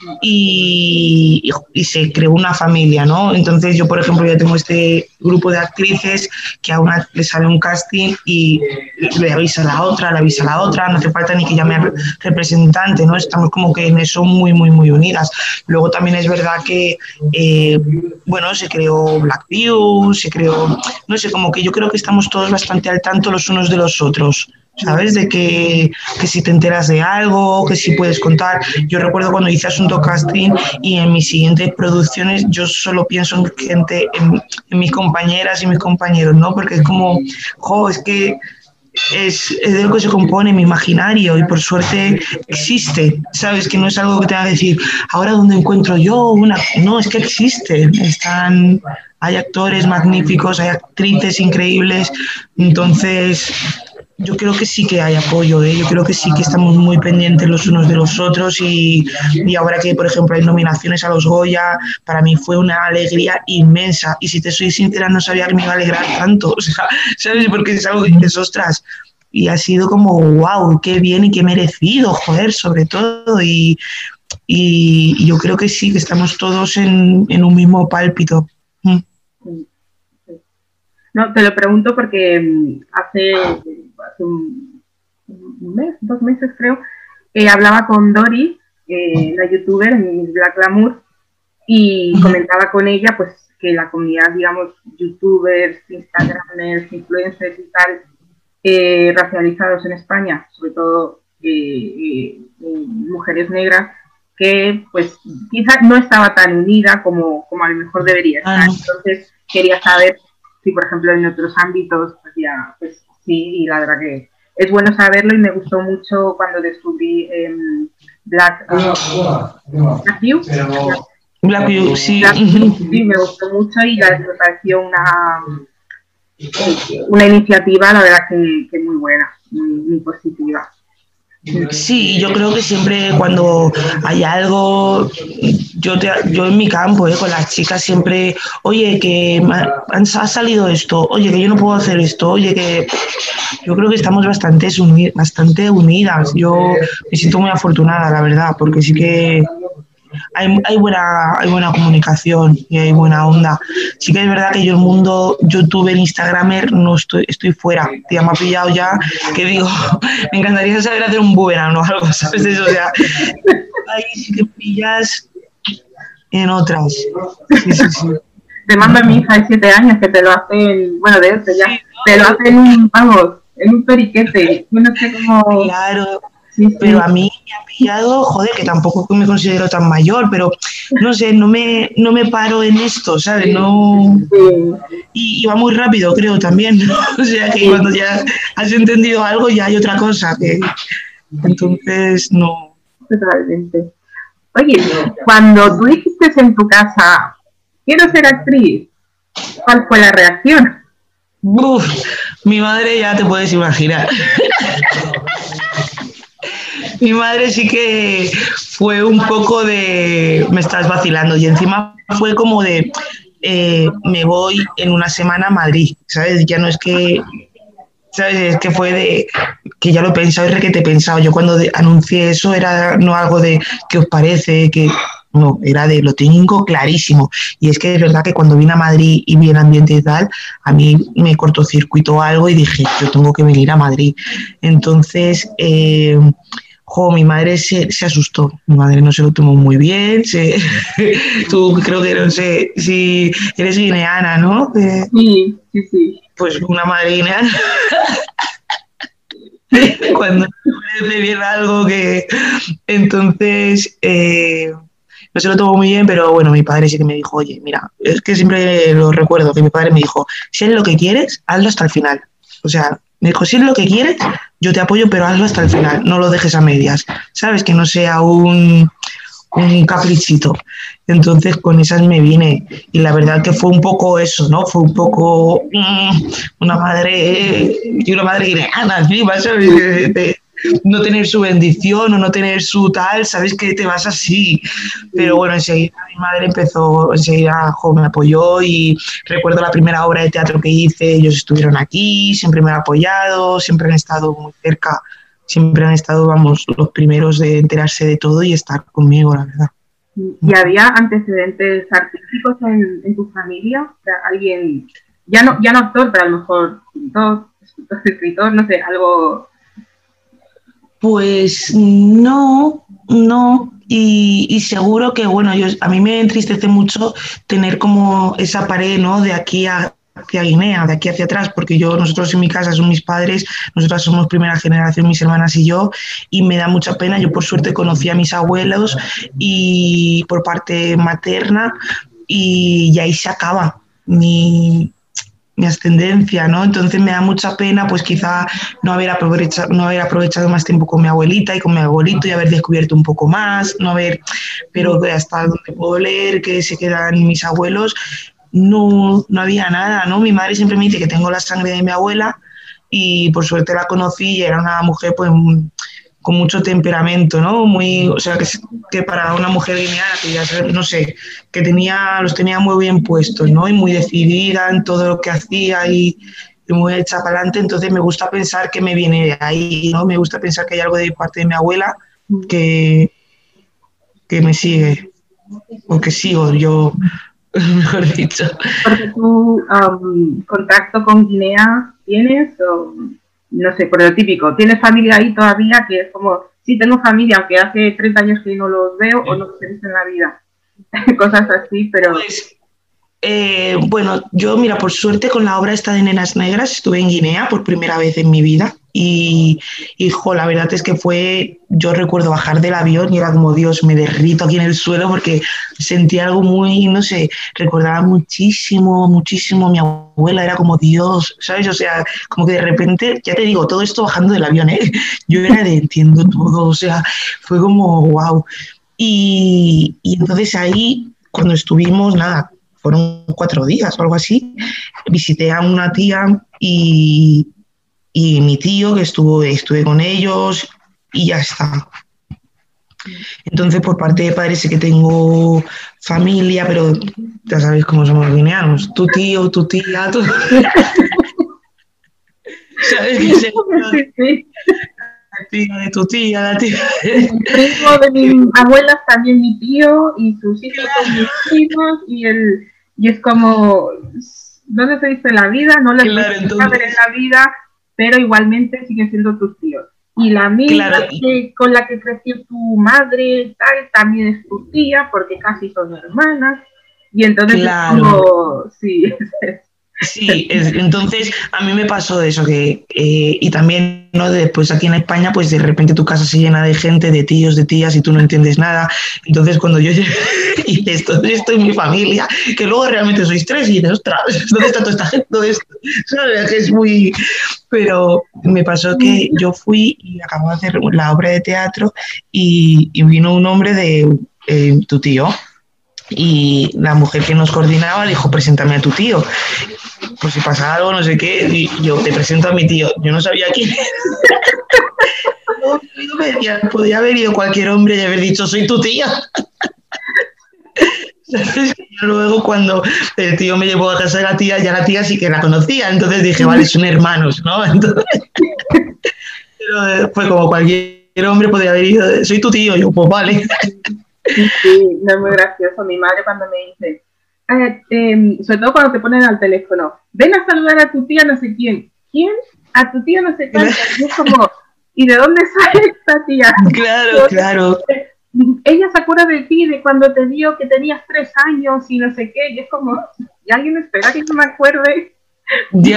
B: y se creó una familia, ¿no? Entonces yo, por ejemplo, ya tengo este grupo de actrices que a una le sale un casting y le avisa a la otra, no hace falta ni que llame al representante, ¿no? Estamos como que en eso muy, muy, muy unidas. Luego también es verdad que, se creó Black View, no sé, como que yo creo que estamos todos bastante al tanto los unos de los otros. ¿Sabes? De que si te enteras de algo, que si puedes contar. Yo recuerdo cuando hice Asunto Casting y en mis siguientes producciones yo solo pienso en gente, en mis compañeras y mis compañeros, ¿no? Porque es como, es que es de lo que se compone mi imaginario y por suerte existe, ¿sabes? Que no es algo que te va a decir, ahora dónde encuentro yo una... No, es que existe. Hay actores magníficos, hay actrices increíbles, entonces... Yo creo que sí que hay apoyo, yo creo que sí que estamos muy pendientes los unos de los otros y ahora que, por ejemplo, hay nominaciones a los Goya, para mí fue una alegría inmensa y si te soy sincera no sabía que me iba a alegrar tanto, o sea, ¿sabes? Porque es algo que dices, ostras, y ha sido como, wow, qué bien y qué merecido, joder, sobre todo y yo creo que sí, que estamos todos en un mismo pálpito.
C: No, te lo pregunto porque hace un mes, 2 meses creo, hablaba con Dori, la youtuber en Black Glamour, y comentaba con ella pues que la comunidad, digamos, youtubers, instagramers, influencers y tal, racializados en España, sobre todo mujeres negras, que pues quizás no estaba tan unida como a lo mejor debería estar. Entonces quería saber si, por ejemplo, en otros ámbitos, pues ya, pues sí, y la verdad que es bueno saberlo y me gustó mucho cuando descubrí Black View.
B: Black View, sí.
C: Sí, me gustó mucho y me pareció una iniciativa, la verdad que muy buena, muy, muy positiva.
B: Sí, yo creo que siempre cuando hay algo, yo en mi campo, con las chicas siempre, oye, que ha salido esto, oye, que yo no puedo hacer esto, oye, que yo creo que estamos bastante unidas. Yo me siento muy afortunada, la verdad, porque sí que hay buena comunicación y hay buena onda. Sí que es verdad que yo el mundo youtuber, instagramer, no estoy fuera. Tía, me ha pillado ya que digo, me encantaría saber hacer un boomerang o algo, ¿sabes? Eso, o sea, ahí sí que pillas en otras. Sí, sí, sí.
C: Te mando a mi hija de 7 años que te lo hace, bueno, de eso ya, te lo hace en un, vamos, en un periquete. Yo no sé cómo...
B: Claro.
C: Sí, sí.
B: Pero a mí me ha pillado, joder, que tampoco me considero tan mayor, pero no sé, no me paro en esto, ¿sabes? No. Y va muy rápido, creo, también. O sea, que cuando ya has entendido algo, ya hay otra cosa. Entonces, no.
C: Totalmente. Oye, cuando tú dijiste en tu casa, quiero ser actriz, ¿cuál fue la reacción?
B: Uf, mi madre ya te puedes imaginar. Mi madre sí que fue un poco de, me estás vacilando, y encima fue como de, me voy en una semana a Madrid, ¿sabes? Ya no es que, ¿sabes? Es que fue de, que ya lo he pensado y requete he pensado. Yo cuando anuncié eso era no algo de, ¿qué os parece? Que no, era de, lo tengo clarísimo. Y es que es verdad que cuando vine a Madrid y vi el ambiente y tal, a mí me cortocircuitó algo y dije, yo tengo que venir a Madrid. Entonces, mi madre se asustó, mi madre no se lo tomó muy bien, tú creo que no sé si eres guineana, ¿no?
C: Sí, sí, sí.
B: Pues una madre guineana, cuando no le bien algo que... Entonces, no se lo tomó muy bien, pero bueno, mi padre sí que me dijo, oye, mira, es que siempre lo recuerdo, que mi padre me dijo, si es lo que quieres, hazlo hasta el final. O sea, me dijo, si es lo que quieres, yo te apoyo, pero hazlo hasta el final, no lo dejes a medias, ¿sabes? Que no sea un caprichito. Entonces con esas me vine y la verdad que fue un poco eso, ¿no? Fue un poco una madre y una madre guineana encima, ¿sabes? De no tener su bendición o no tener su tal, sabes que te vas así. Pero bueno, enseguida mi madre enseguida me apoyó y recuerdo la primera obra de teatro que hice, ellos estuvieron aquí, siempre me han apoyado, siempre han estado muy cerca, siempre han estado, vamos, los primeros de enterarse de todo y estar conmigo, la verdad.
C: ¿Y había antecedentes artísticos en tu familia? O sea, alguien, ya no actor, pero a lo mejor pintor, escritor, no sé, algo...
B: Pues no, y seguro que, bueno, a mí me entristece mucho tener como esa pared, ¿no? De aquí hacia Guinea, de aquí hacia atrás, porque nosotros en mi casa son mis padres, nosotras somos primera generación, mis hermanas y yo, y me da mucha pena. Yo por suerte conocí a mis abuelos y por parte materna, y ahí se acaba mi ascendencia, ¿no? Entonces me da mucha pena, pues quizá no haber aprovechado más tiempo con mi abuelita y con mi abuelito y haber descubierto un poco más, pero hasta donde puedo leer que se quedan mis abuelos, no había nada, ¿no? Mi madre siempre me dice que tengo la sangre de mi abuela y por suerte la conocí y era una mujer, pues, con mucho temperamento, ¿no? O sea, que para una mujer guineana, que ya no sé, que los tenía muy bien puestos, ¿no? Y muy decidida en todo lo que hacía y muy hecha para adelante. Entonces me gusta pensar que me viene de ahí, ¿no? Me gusta pensar que hay algo de parte de mi abuela que me sigue, o que sigo yo, mejor dicho.
C: Porque tú contacto con Guinea tienes, o no sé, por lo típico, ¿tienes familia ahí todavía? Que es como, sí, tengo familia, aunque hace 30 años que no los veo o no los he visto en la vida. Cosas así, pero...
B: Pues, bueno, yo, mira, por suerte con la obra esta de Nenas Negras estuve en Guinea por primera vez en mi vida y la verdad es que yo recuerdo bajar del avión y era como, Dios, me derrito aquí en el suelo porque sentía algo muy, no sé, recordaba muchísimo, muchísimo a mi abuela, era como, Dios, ¿sabes? O sea, como que de repente, ya te digo, todo esto bajando del avión, ¿eh? Yo era de entiendo todo, o sea, fue como, wow. Y entonces ahí, cuando estuvimos, nada, fueron 4 días o algo así, visité a una tía y mi tío, que estuve con ellos, y ya está. Entonces, por parte de padres sí que tengo familia, pero ya sabéis cómo somos guineanos. Tu tío, tu tía, tu... ¿Sabes qué es
C: Sí.
B: la tía de tu tía, la tía?
C: El primo de mi abuela es también mi tío y sus hijos son mis primos y es como, ¿dónde se dice la vida? No les
B: Claro,
C: voy a ver en la vida, pero igualmente siguen siendo tus tíos. Y la amiga
B: claro,
C: con la que creció tu madre tal, también es tu tía porque casi son hermanas. Y entonces
B: claro.
C: es como, sí,
B: Sí, entonces a mí me pasó eso, que, y también, ¿no? Después aquí en España, pues de repente tu casa se llena de gente, de tíos, de tías, y tú no entiendes nada. Entonces cuando yo llegué y esto es mi familia, que luego realmente sois tres, y dices, ostras, ¿dónde está toda esta gente? Todo esto? ¿Sabes? Que es muy... Pero me pasó que yo fui y acabo de hacer la obra de teatro y vino un hombre de tu tío. Y la mujer que nos coordinaba dijo, preséntame a tu tío. Pues si pasa algo, no sé qué, y yo te presento a mi tío. Yo no sabía quién era. Me decía, podía haber ido cualquier hombre y haber dicho, soy tu tía. ¿Sabes? Y luego cuando el tío me llevó a casa de la tía, ya la tía sí que la conocía. Entonces dije, vale, son hermanos, ¿no? Entonces, pero fue como cualquier hombre podía haber ido, soy tu tío. Y yo, pues vale.
C: sí, no es muy gracioso. Mi madre cuando me dice, sobre todo cuando te ponen al teléfono, ven a saludar a tu tía no sé quién. ¿Quién? A tu tía no sé cuánto. Y es como, ¿y de dónde sale esta tía?
B: Claro, claro.
C: Ella se acuerda de ti, de cuando te vio que tenías 3 años y no sé qué. Y es como, ¿y alguien espera que yo me acuerde?
B: Ya.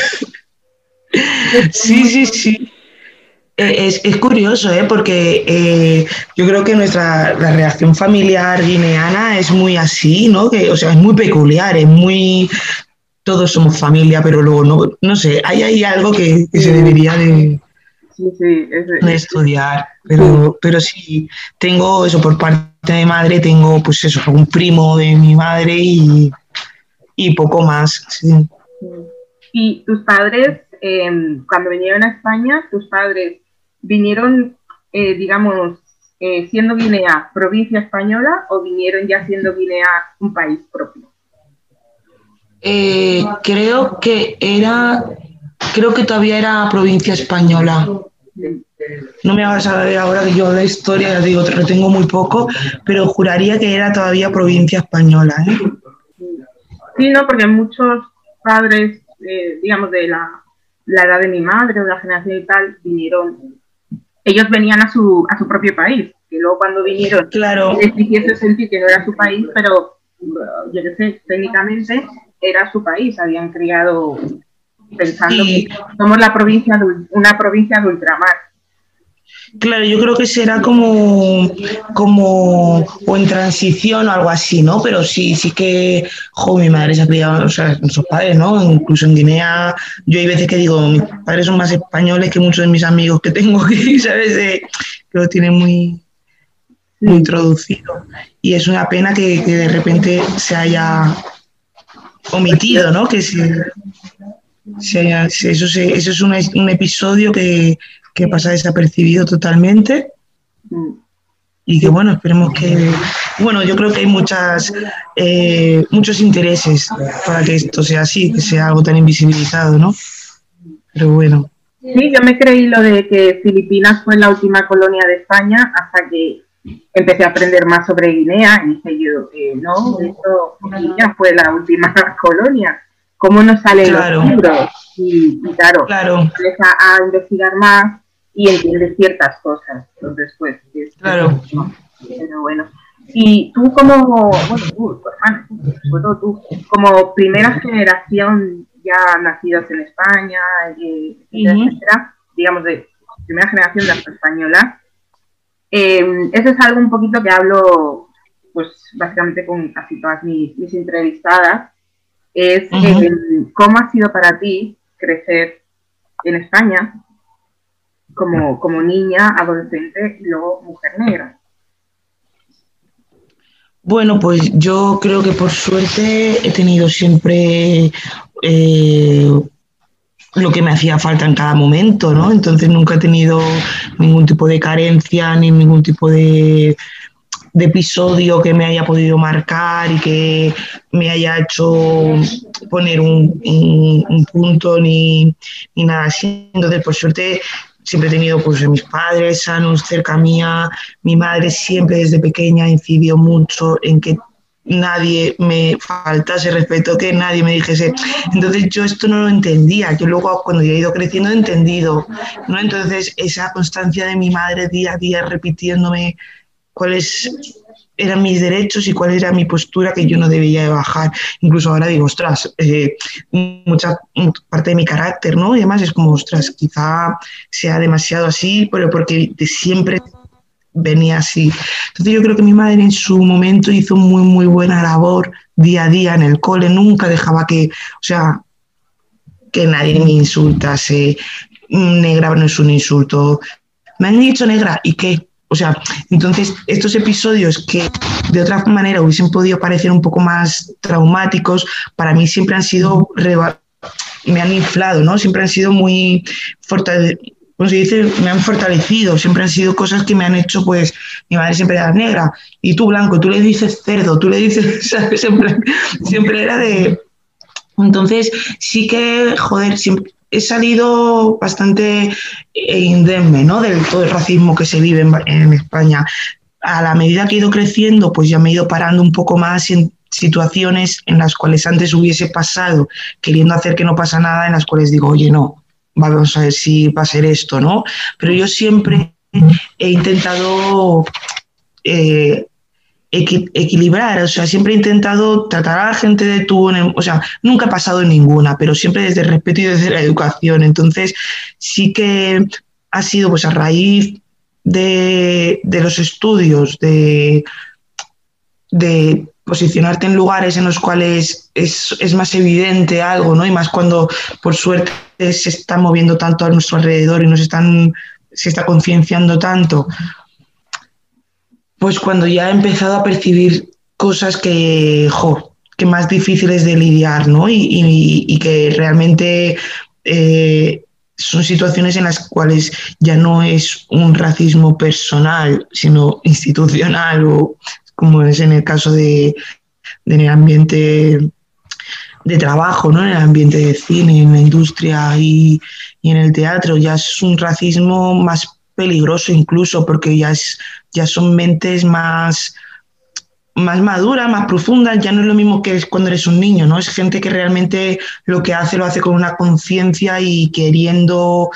B: Sí, sí, sí. Es curioso, porque yo creo que la reacción familiar guineana es muy así, ¿no? Que, o sea, es muy peculiar, es muy... Todos somos familia, pero luego no sé, hay algo que se debería de estudiar, pero sí, tengo eso por parte de madre, tengo pues eso, un primo de mi madre y poco más, sí.
C: Y tus padres, cuando vinieron a España, tus padres vinieron, digamos, siendo Guinea provincia española o vinieron ya siendo Guinea un país propio?
B: Creo que todavía era provincia española. No me hagas saber ahora que yo la historia, ya digo, retengo muy poco, pero juraría que era todavía provincia española, ¿eh?
C: Sí, no, porque muchos padres, digamos, de la edad de mi madre o de la generación y tal, ellos venían a su propio país, que luego cuando vinieron
B: claro,
C: les hiciese sentir que no era su país, pero yo qué sé, técnicamente era su país, habían criado pensando que somos una provincia de ultramar.
B: Claro, yo creo que será como o en transición o algo así, ¿no? Pero sí que, mi madre se ha criado, o sea, sus padres, ¿no? Incluso en Guinea, yo hay veces que digo, mis padres son más españoles que muchos de mis amigos que tengo aquí, ¿sabes? Que lo tienen muy introducido. Y es una pena que de repente se haya omitido, ¿no? Que eso es un episodio que pasa desapercibido totalmente y que bueno, esperemos que, bueno, yo creo que hay muchos intereses para que esto sea así, que sea algo tan invisibilizado, ¿no? Pero bueno.
C: Sí, yo me creí lo de que Filipinas fue la última colonia de España hasta que empecé a aprender más sobre Guinea y dije yo, no, esto ya fue la última colonia. ¿Cómo nos salen los libros? Y claro, empieza a investigar más y entiendes ciertas cosas después.
B: Claro.
C: Pero bueno. Y tú como, tu hermano, sobre todo tú, como primera generación ya nacidos en España, etcétera, digamos de primera generación de española, eso es algo un poquito que hablo, pues básicamente con casi todas mis entrevistadas, es cómo ha sido para ti crecer en España como niña, adolescente y luego mujer negra.
B: Bueno, pues yo creo que por suerte he tenido siempre lo que me hacía falta en cada momento, ¿no? Entonces nunca he tenido ningún tipo de carencia ni ningún tipo de episodio que me haya podido marcar y que me haya hecho poner un punto ni nada así. Entonces, por suerte, siempre he tenido pues, a mis padres sanos cerca mía. Mi madre siempre desde pequeña incidió mucho en que nadie me faltase respeto, que nadie me dijese. Entonces yo esto no lo entendía. Yo luego cuando yo he ido creciendo he entendido, ¿no? Entonces esa constancia de mi madre día a día repitiéndome cuáles eran mis derechos y cuál era mi postura que yo no debía de bajar. Incluso ahora digo, ostras, mucha parte de mi carácter, ¿no? Y además es como, ostras, quizá sea demasiado así, pero porque de siempre venía así. Entonces yo creo que mi madre en su momento hizo muy, muy buena labor día a día en el cole, nunca dejaba que, o sea, que nadie me insultase, negra no es un insulto, me han dicho negra, ¿y qué? O sea, entonces estos episodios que de otra manera hubiesen podido parecer un poco más traumáticos, para mí siempre han sido, me han inflado, ¿no? Siempre han sido muy como se dice, me han fortalecido, siempre han sido cosas que me han hecho, pues, mi madre siempre era negra, y tú blanco, tú le dices cerdo, tú le dices, ¿sabes? Siempre era de... Entonces, sí que, joder, siempre he salido bastante indemne, ¿no? Del todo el racismo que se vive en España. A la medida que he ido creciendo, pues ya me he ido parando un poco más en situaciones en las cuales antes hubiese pasado, queriendo hacer que no pasa nada, en las cuales digo, oye, no, vamos a ver si va a ser esto, ¿no? Pero yo siempre he intentado equilibrar, o sea, siempre he intentado tratar a la gente de tú, o sea, nunca he pasado en ninguna, pero siempre desde el respeto y desde la educación. Entonces, sí que ha sido pues a raíz de los estudios, de posicionarte en lugares en los cuales es más evidente algo, ¿no? Y más cuando, por suerte, se está moviendo tanto a nuestro alrededor y se está concienciando tanto, pues cuando ya he empezado a percibir cosas que más difíciles de lidiar, ¿no? Y que realmente son situaciones en las cuales ya no es un racismo personal, sino institucional, o como es en el caso en el ambiente de trabajo, ¿no? En el ambiente de cine, en la industria y en el teatro, ya es un racismo más peligroso incluso, porque ya son mentes más maduras, más profundas, ya no es lo mismo que es cuando eres un niño, ¿no? Es gente que realmente lo que hace lo hace con una conciencia y queriendo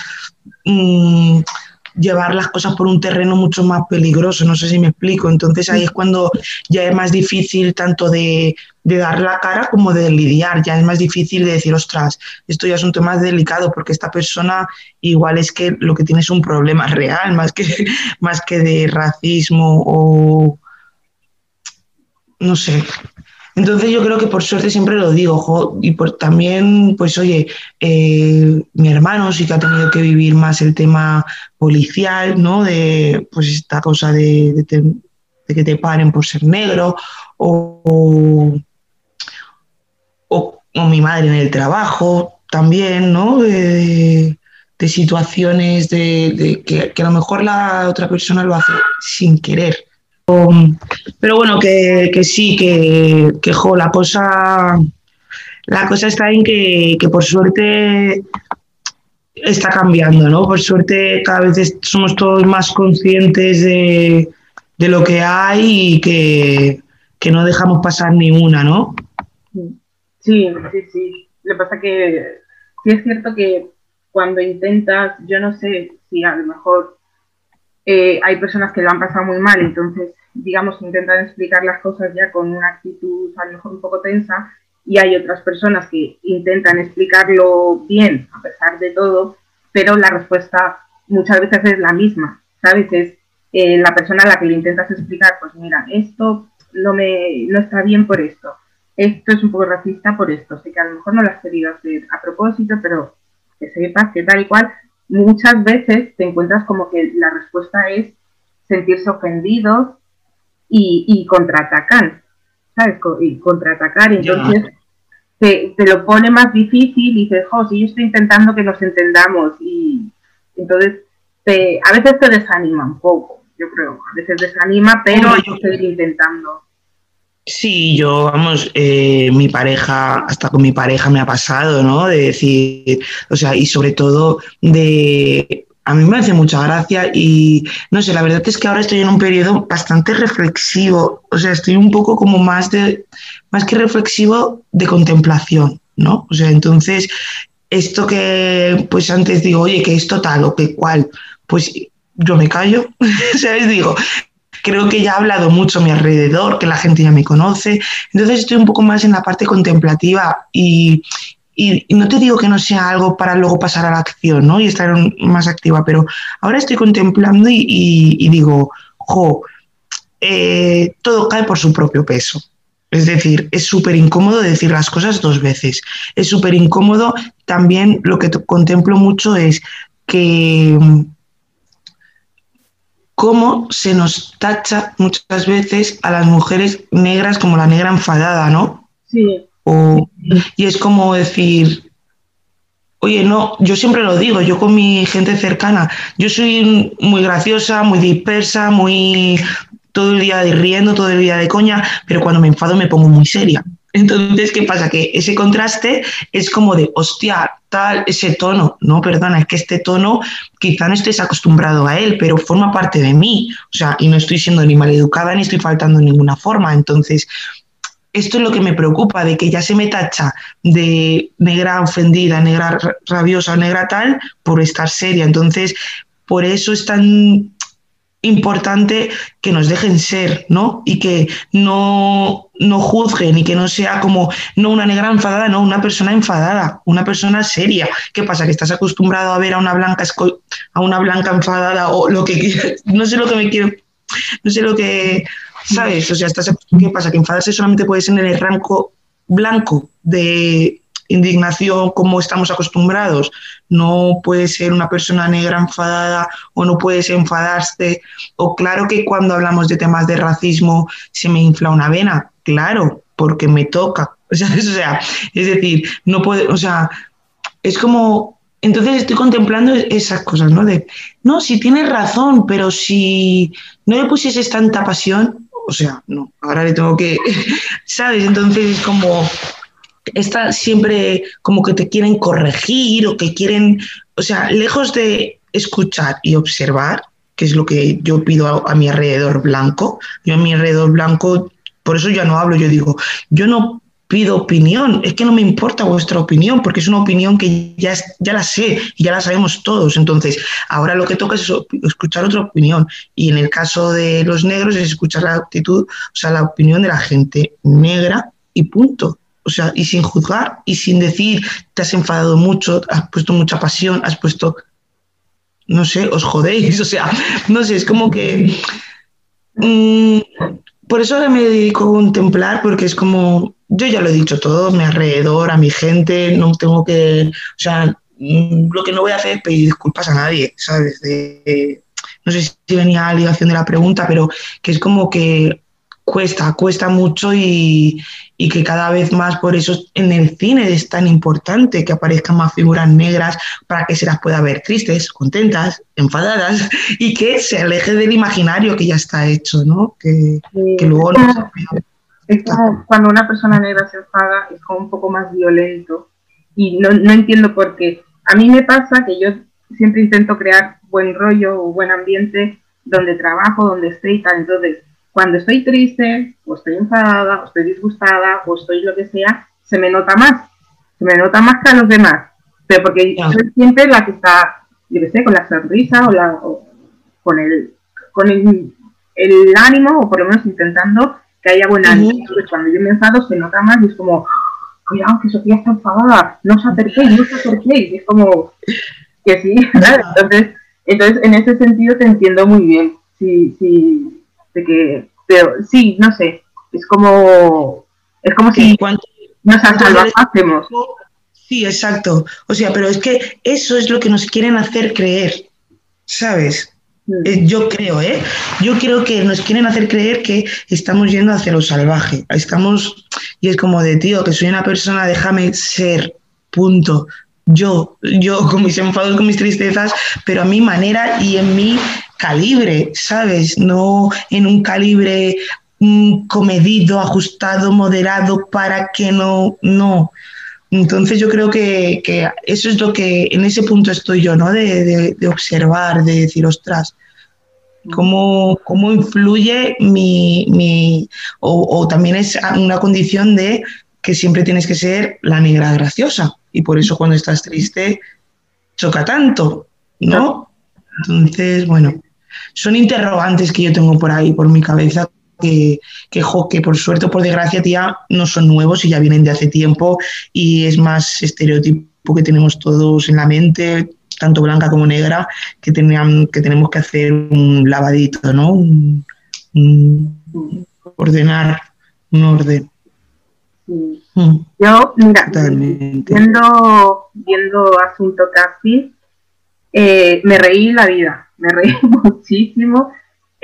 B: llevar las cosas por un terreno mucho más peligroso, no sé si me explico. Entonces ahí es cuando ya es más difícil tanto de dar la cara como de lidiar, ya es más difícil de decir, ostras, esto ya es un tema delicado porque esta persona igual es que lo que tiene es un problema real, más que de racismo o no sé. Entonces yo creo que por suerte siempre lo digo, y también, pues oye, mi hermano sí que ha tenido que vivir más el tema policial, ¿no? De pues esta cosa de que te paren por ser negro, o mi madre en el trabajo también, ¿no? De situaciones que a lo mejor la otra persona lo hace sin querer. Pero bueno, que sí, jo, la cosa está en que por suerte está cambiando, ¿no? Por suerte cada vez somos todos más conscientes de lo que hay y que no dejamos pasar ni una, ¿no?
C: Sí. Lo que pasa que sí es cierto que cuando intentas, yo no sé si a lo mejor hay personas que lo han pasado muy mal, entonces, digamos, intentan explicar las cosas ya con una actitud a lo mejor un poco tensa, y hay otras personas que intentan explicarlo bien, a pesar de todo, pero la respuesta muchas veces es la misma, ¿sabes? Es la persona a la que le intentas explicar, pues mira, esto no está bien por esto es un poco racista por esto, sé que a lo mejor no lo has querido hacer a propósito, pero que sepas que tal y cual. Muchas veces te encuentras como que la respuesta es sentirse ofendidos y contraatacar, ¿sabes? Y contraatacar, entonces te lo pone más difícil y dices, si yo estoy intentando que nos entendamos, y entonces a veces te desanima un poco, yo creo, a veces desanima, pero hay que seguir intentando.
B: Sí, yo, vamos, mi pareja, hasta con mi pareja me ha pasado, ¿no? De decir, o sea, y sobre todo a mí me hace mucha gracia y, no sé, la verdad es que ahora estoy en un periodo bastante reflexivo, o sea, estoy un poco como más que reflexivo, de contemplación, ¿no? O sea, entonces, esto que, pues antes digo, oye, que esto tal o que cual, pues yo me callo, ¿sabes? Digo, creo que ya he hablado mucho a mi alrededor, que la gente ya me conoce, entonces estoy un poco más en la parte contemplativa y no te digo que no sea algo para luego pasar a la acción, ¿no? Y estar más activa, pero ahora estoy contemplando y digo, todo cae por su propio peso. Es decir, es súper incómodo decir las cosas dos veces. Es súper incómodo también, lo que contemplo mucho es que cómo se nos tacha muchas veces a las mujeres negras como la negra enfadada, ¿no?
C: Sí.
B: Y es como decir, oye, no, yo siempre lo digo, yo con mi gente cercana, yo soy muy graciosa, muy dispersa, muy todo el día de riendo, todo el día de coña, pero cuando me enfado me pongo muy seria. Entonces, ¿qué pasa? Que ese contraste es como de, hostia, tal, ese tono. No, perdona, es que este tono quizá no estés acostumbrado a él, pero forma parte de mí. O sea, y no estoy siendo ni maleducada ni estoy faltando en ninguna forma. Entonces, esto es lo que me preocupa, de que ya se me tacha de negra ofendida, negra rabiosa, negra tal, por estar seria. Entonces, por eso es tan importante que nos dejen ser, ¿no? Y que no juzguen y que no sea como, no una negra enfadada, no, una persona enfadada, una persona seria. ¿Qué pasa? Que estás acostumbrado a ver a una blanca enfadada o lo que quieras. No sé lo que me quiero, no sé lo que, ¿sabes? O sea, ¿qué pasa? Que enfadarse solamente puede ser en el rango blanco de indignación como estamos acostumbrados. No puede ser una persona negra enfadada o no puedes enfadarse. O claro que cuando hablamos de temas de racismo se me infla una vena, claro, porque me toca. O sea, es decir, no puede, o sea, es como, entonces estoy contemplando esas cosas, ¿no? De, no, si tienes razón, pero si no le pusieses tanta pasión, o sea, no, ahora le tengo que, ¿sabes? Entonces es como, está siempre como que te quieren corregir o que quieren, o sea, lejos de escuchar y observar, que es lo que yo pido a mi alrededor blanco, yo a mi alrededor blanco, por eso ya no hablo, yo digo, yo no pido opinión, es que no me importa vuestra opinión, porque es una opinión que ya la sé y ya la sabemos todos, entonces ahora lo que toca es escuchar otra opinión, y en el caso de los negros es escuchar la actitud, o sea, la opinión de la gente negra y punto. O sea, y sin juzgar y sin decir, te has enfadado mucho, has puesto mucha pasión, has puesto, no sé, os jodéis, o sea, no sé, es como que... por eso ahora me dedico a contemplar, porque es como, yo ya lo he dicho todo, a mi alrededor, a mi gente, no tengo que, o sea, lo que no voy a hacer es pedir disculpas a nadie, ¿sabes? No sé si venía a ligación de la pregunta, pero que es como que cuesta mucho y que cada vez más, por eso en el cine es tan importante que aparezcan más figuras negras para que se las pueda ver tristes, contentas, enfadadas y que se aleje del imaginario que ya está hecho, ¿no? Que luego no
C: es como cuando una persona negra se enfada, es como un poco más violento y no entiendo por qué. A mí me pasa que yo siempre intento crear buen rollo o buen ambiente donde trabajo, donde esté y tal, entonces cuando estoy triste, o estoy enfadada, o estoy disgustada, o estoy lo que sea, se me nota más que a los demás, pero porque yo soy siempre la que está, yo qué sé, con la sonrisa o con el ánimo, o por lo menos intentando que haya buen ánimo. Entonces cuando yo me enfado se nota más y es como, cuidado que Sofía está enfadada, no os acerquéis, y es como que sí, ¿verdad? Entonces en ese sentido te entiendo muy bien, sí, de que, pero sí, no sé, es como si nos asalvásemos.
B: Sí, exacto. O sea, pero es que eso es lo que nos quieren hacer creer, ¿sabes? Yo creo que nos quieren hacer creer que estamos yendo hacia lo salvaje. y es como de, tío, que soy una persona, déjame ser, punto. Yo con mis enfados, con mis tristezas, pero a mi manera y en mi calibre, ¿sabes? No en un calibre comedido, ajustado, moderado, para que no. Entonces yo creo que eso es lo que, en ese punto estoy yo, ¿no? De observar, de decir, ostras, cómo influye o también es una condición de que siempre tienes que ser la negra graciosa y por eso cuando estás triste choca tanto, ¿no? Entonces, bueno, son interrogantes que yo tengo por ahí, por mi cabeza, que por suerte o por desgracia, tía, no son nuevos y ya vienen de hace tiempo y es más estereotipo que tenemos todos en la mente, tanto blanca como negra, que tenemos que hacer un lavadito, ¿no? Ordenar, un orden.
C: Sí. Yo, mira,
B: totalmente.
C: Viendo Asunto Casi, me reí la vida, me reí muchísimo.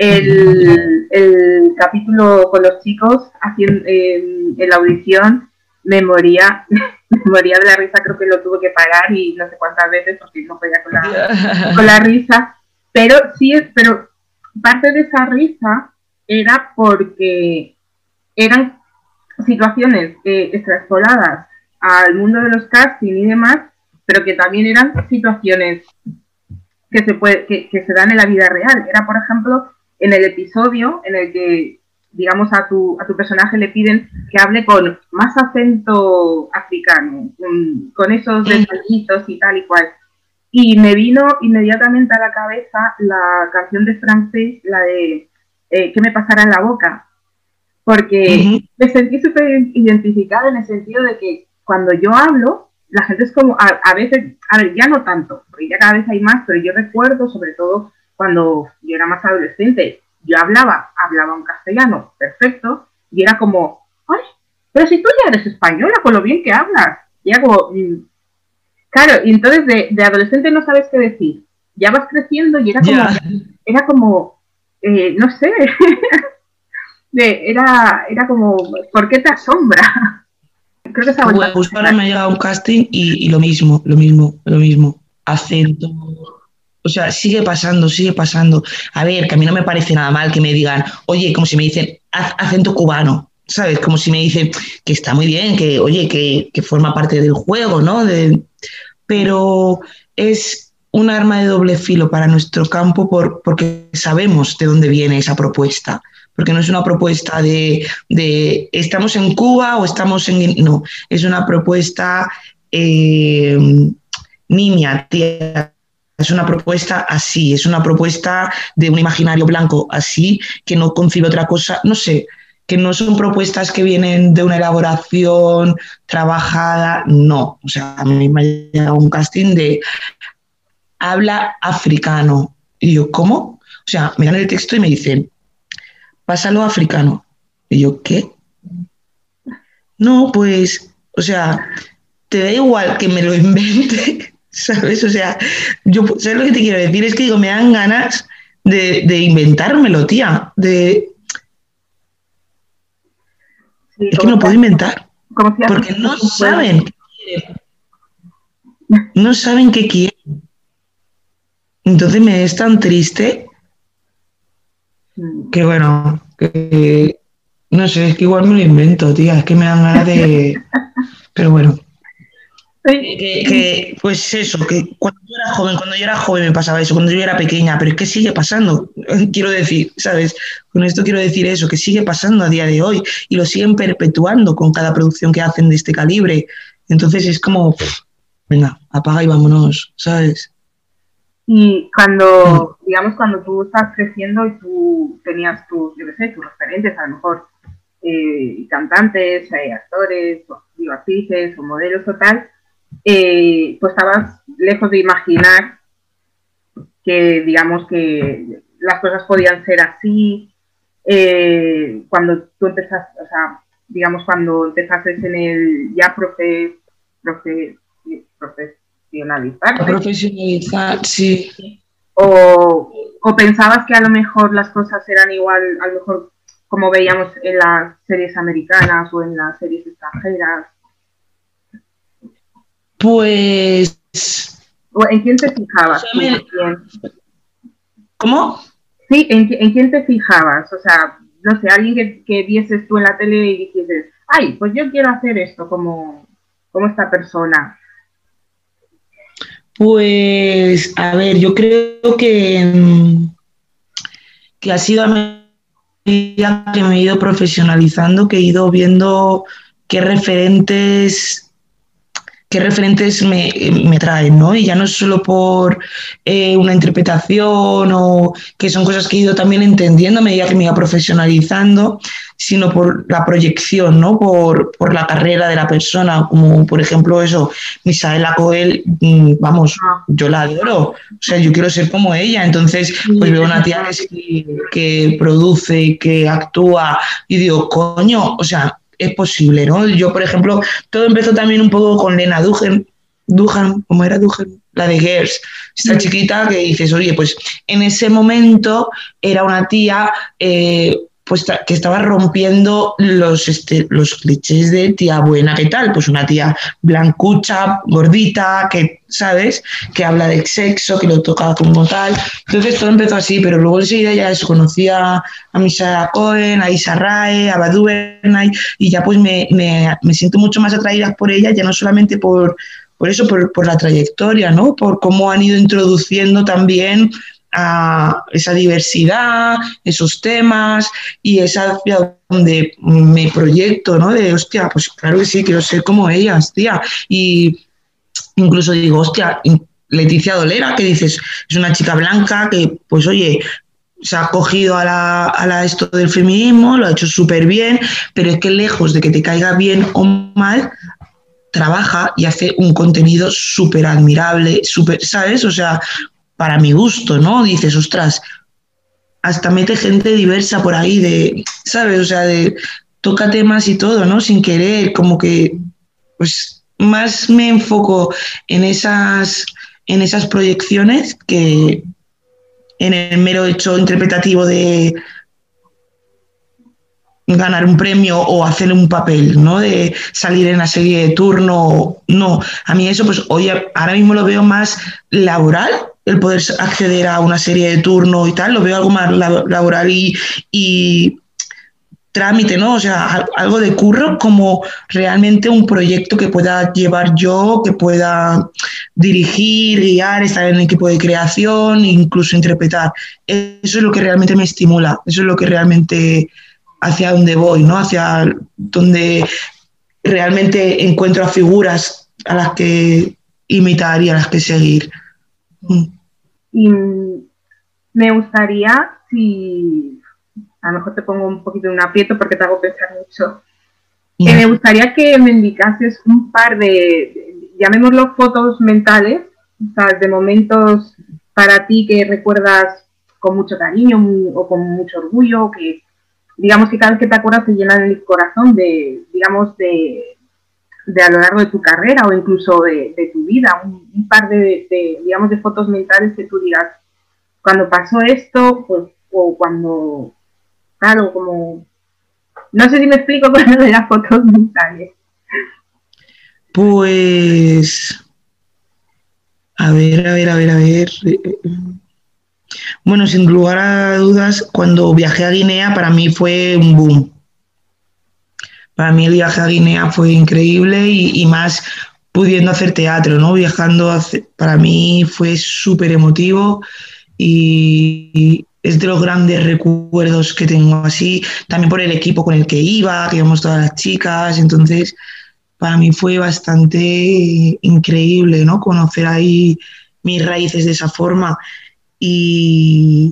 C: El capítulo con los chicos haciendo, en la audición me moría de la risa, creo que lo tuve que parar y no sé cuántas veces porque no podía con la risa, pero parte de esa risa era porque eran situaciones extrapoladas al mundo de los casting y demás, pero que también eran situaciones que se dan en la vida real. Era, por ejemplo, en el episodio en el que, digamos, a tu personaje le piden que hable con más acento africano, con esos detallitos y tal y cual. Y me vino inmediatamente a la cabeza la canción de Francés, la de ¿Qué me pasará en la boca? Porque me sentí súper identificada en el sentido de que cuando yo hablo, la gente es como, a veces, a ver, ya no tanto, porque ya cada vez hay más, pero yo recuerdo, sobre todo cuando yo era más adolescente, yo hablaba un castellano perfecto, y era como, ay, pero si tú ya eres española, con lo bien que hablas. Y era como, claro, y entonces de adolescente no sabes qué decir. Ya vas creciendo y era como, no sé, era como, ¿por qué te asombra? Creo que
B: bueno, justo ahora me ha llegado un casting y lo mismo, acento, o sea, sigue pasando. A ver, que a mí no me parece nada mal que me digan, oye, como si me dicen acento cubano, ¿sabes? Como si me dicen que está muy bien, que oye, que forma parte del juego, ¿no? Pero es un arma de doble filo para nuestro campo porque sabemos de dónde viene esa propuesta. Porque no es una propuesta de estamos en Cuba o estamos en... No, es una propuesta niña, tía. Es una propuesta así, es una propuesta de un imaginario blanco así, que no concibe otra cosa, no sé, que no son propuestas que vienen de una elaboración trabajada, no. O sea, a mí me ha llegado un casting de habla africano. Y yo, ¿cómo? O sea, me dan el texto y me dicen, pásalo africano. Y yo, ¿qué? No, pues, o sea, te da igual que me lo invente, ¿sabes? O sea, ¿sabes lo que te quiero decir? Es que digo, me dan ganas de inventármelo, tía.
C: Sí,
B: es que no puedo inventar. Porque no saben qué quieren. Entonces me es tan triste que bueno, que no sé, es que igual me lo invento, tía, es que me dan ganas de... Pero bueno. Pues eso, que cuando yo era joven me pasaba eso, cuando yo era pequeña, pero es que sigue pasando, quiero decir, ¿sabes? Con esto quiero decir eso, que sigue pasando a día de hoy y lo siguen perpetuando con cada producción que hacen de este calibre. Entonces es como, venga, apaga y vámonos, ¿sabes?
C: Y cuando, digamos, cuando tú estás creciendo y tú tenías tus, yo qué sé, tus referentes, a lo mejor cantantes, actores, o actrices o modelos o tal, pues estabas lejos de imaginar que, digamos, que las cosas podían ser así. Cuando tú empezaste, o sea, digamos, cuando empezaste en el ya
B: profesionalizar, sí.
C: O pensabas que a lo mejor las cosas eran igual, a lo mejor como veíamos en las series americanas o en las series extranjeras?
B: Pues...
C: ¿O en quién te fijabas?
B: ¿Cómo?
C: Sí, ¿en quién te fijabas? O sea, no sé, alguien que vieses tú en la tele y dijeses, ay, pues yo quiero hacer esto como esta persona.
B: Pues, a ver, yo creo que ha sido a medida que me he ido profesionalizando, que he ido viendo qué referentes me traen, ¿no? Y ya no es solo por una interpretación o que son cosas que he ido también entendiendo a medida que me iba profesionalizando, sino por la proyección, ¿no? Por la carrera de la persona, como por ejemplo eso, Misaela Coel, vamos, yo la adoro, o sea, yo quiero ser como ella, entonces pues veo una tía que produce, que actúa y digo, coño, o sea, es posible, ¿no? Yo, por ejemplo, todo empezó también un poco con Lena Dunham, ¿cómo era Dunham? La de Girls, esta chiquita que dices, oye, pues en ese momento era una tía pues que estaba rompiendo los clichés de tía buena, ¿qué tal? Pues una tía blancucha, gordita, que, ¿sabes? Que habla de sexo, que lo toca como tal. Entonces todo empezó así, pero luego enseguida ya conocía a Misha Cohen, a Issa Rae, a Badu Bernay, y ya pues me siento mucho más atraída por ella, ya no solamente por eso, por la trayectoria, ¿no? Por cómo han ido introduciendo también a esa diversidad, esos temas, y es hacia donde me proyecto, ¿no? De, hostia, pues claro que sí, quiero ser como ellas, tía. Y incluso digo, hostia, Leticia Dolera, que dices, es una chica blanca que, pues oye, se ha cogido a la esto del feminismo, lo ha hecho súper bien, pero es que lejos de que te caiga bien o mal, trabaja y hace un contenido súper admirable, súper, ¿sabes? O sea, para mi gusto, ¿no? Dices, ostras, hasta mete gente diversa por ahí, de, ¿sabes? O sea, de toca temas y todo, ¿no? Sin querer, como que, pues, más me enfoco en esas proyecciones que en el mero hecho interpretativo de ganar un premio o hacer un papel, ¿no? De salir en la serie de turno, no. A mí eso, pues hoy ahora mismo lo veo más laboral, el poder acceder a una serie de turno y tal, lo veo algo más laboral y trámite, ¿no? O sea, algo de curro como realmente un proyecto que pueda llevar yo, que pueda dirigir, guiar, estar en el equipo de creación, incluso interpretar. Eso es lo que realmente me estimula, eso es lo que realmente hacia donde voy, ¿no? Hacia donde realmente encuentro a figuras a las que imitar y a las que seguir.
C: Y me gustaría, si a lo mejor te pongo un poquito en un aprieto porque te hago pensar mucho, me gustaría que me indicases un par de, llamémoslo fotos mentales, ¿sabes? De momentos para ti que recuerdas con mucho cariño o con mucho orgullo, que digamos que cada vez que te acuerdas te llenan el corazón de a lo largo de tu carrera o incluso de tu vida, un par digamos, de fotos mentales que tú digas, cuando pasó esto, pues, o cuando, claro, como, no sé si me explico con lo de las fotos mentales.
B: Pues, a ver. Bueno, sin lugar a dudas, cuando viajé a Guinea para mí fue un boom. Para mí el viaje a Guinea fue increíble y más pudiendo hacer teatro, ¿no? Para mí fue súper emotivo y es de los grandes recuerdos que tengo así, también por el equipo con el que iba, que íbamos todas las chicas, entonces para mí fue bastante increíble, ¿no? Conocer ahí mis raíces de esa forma y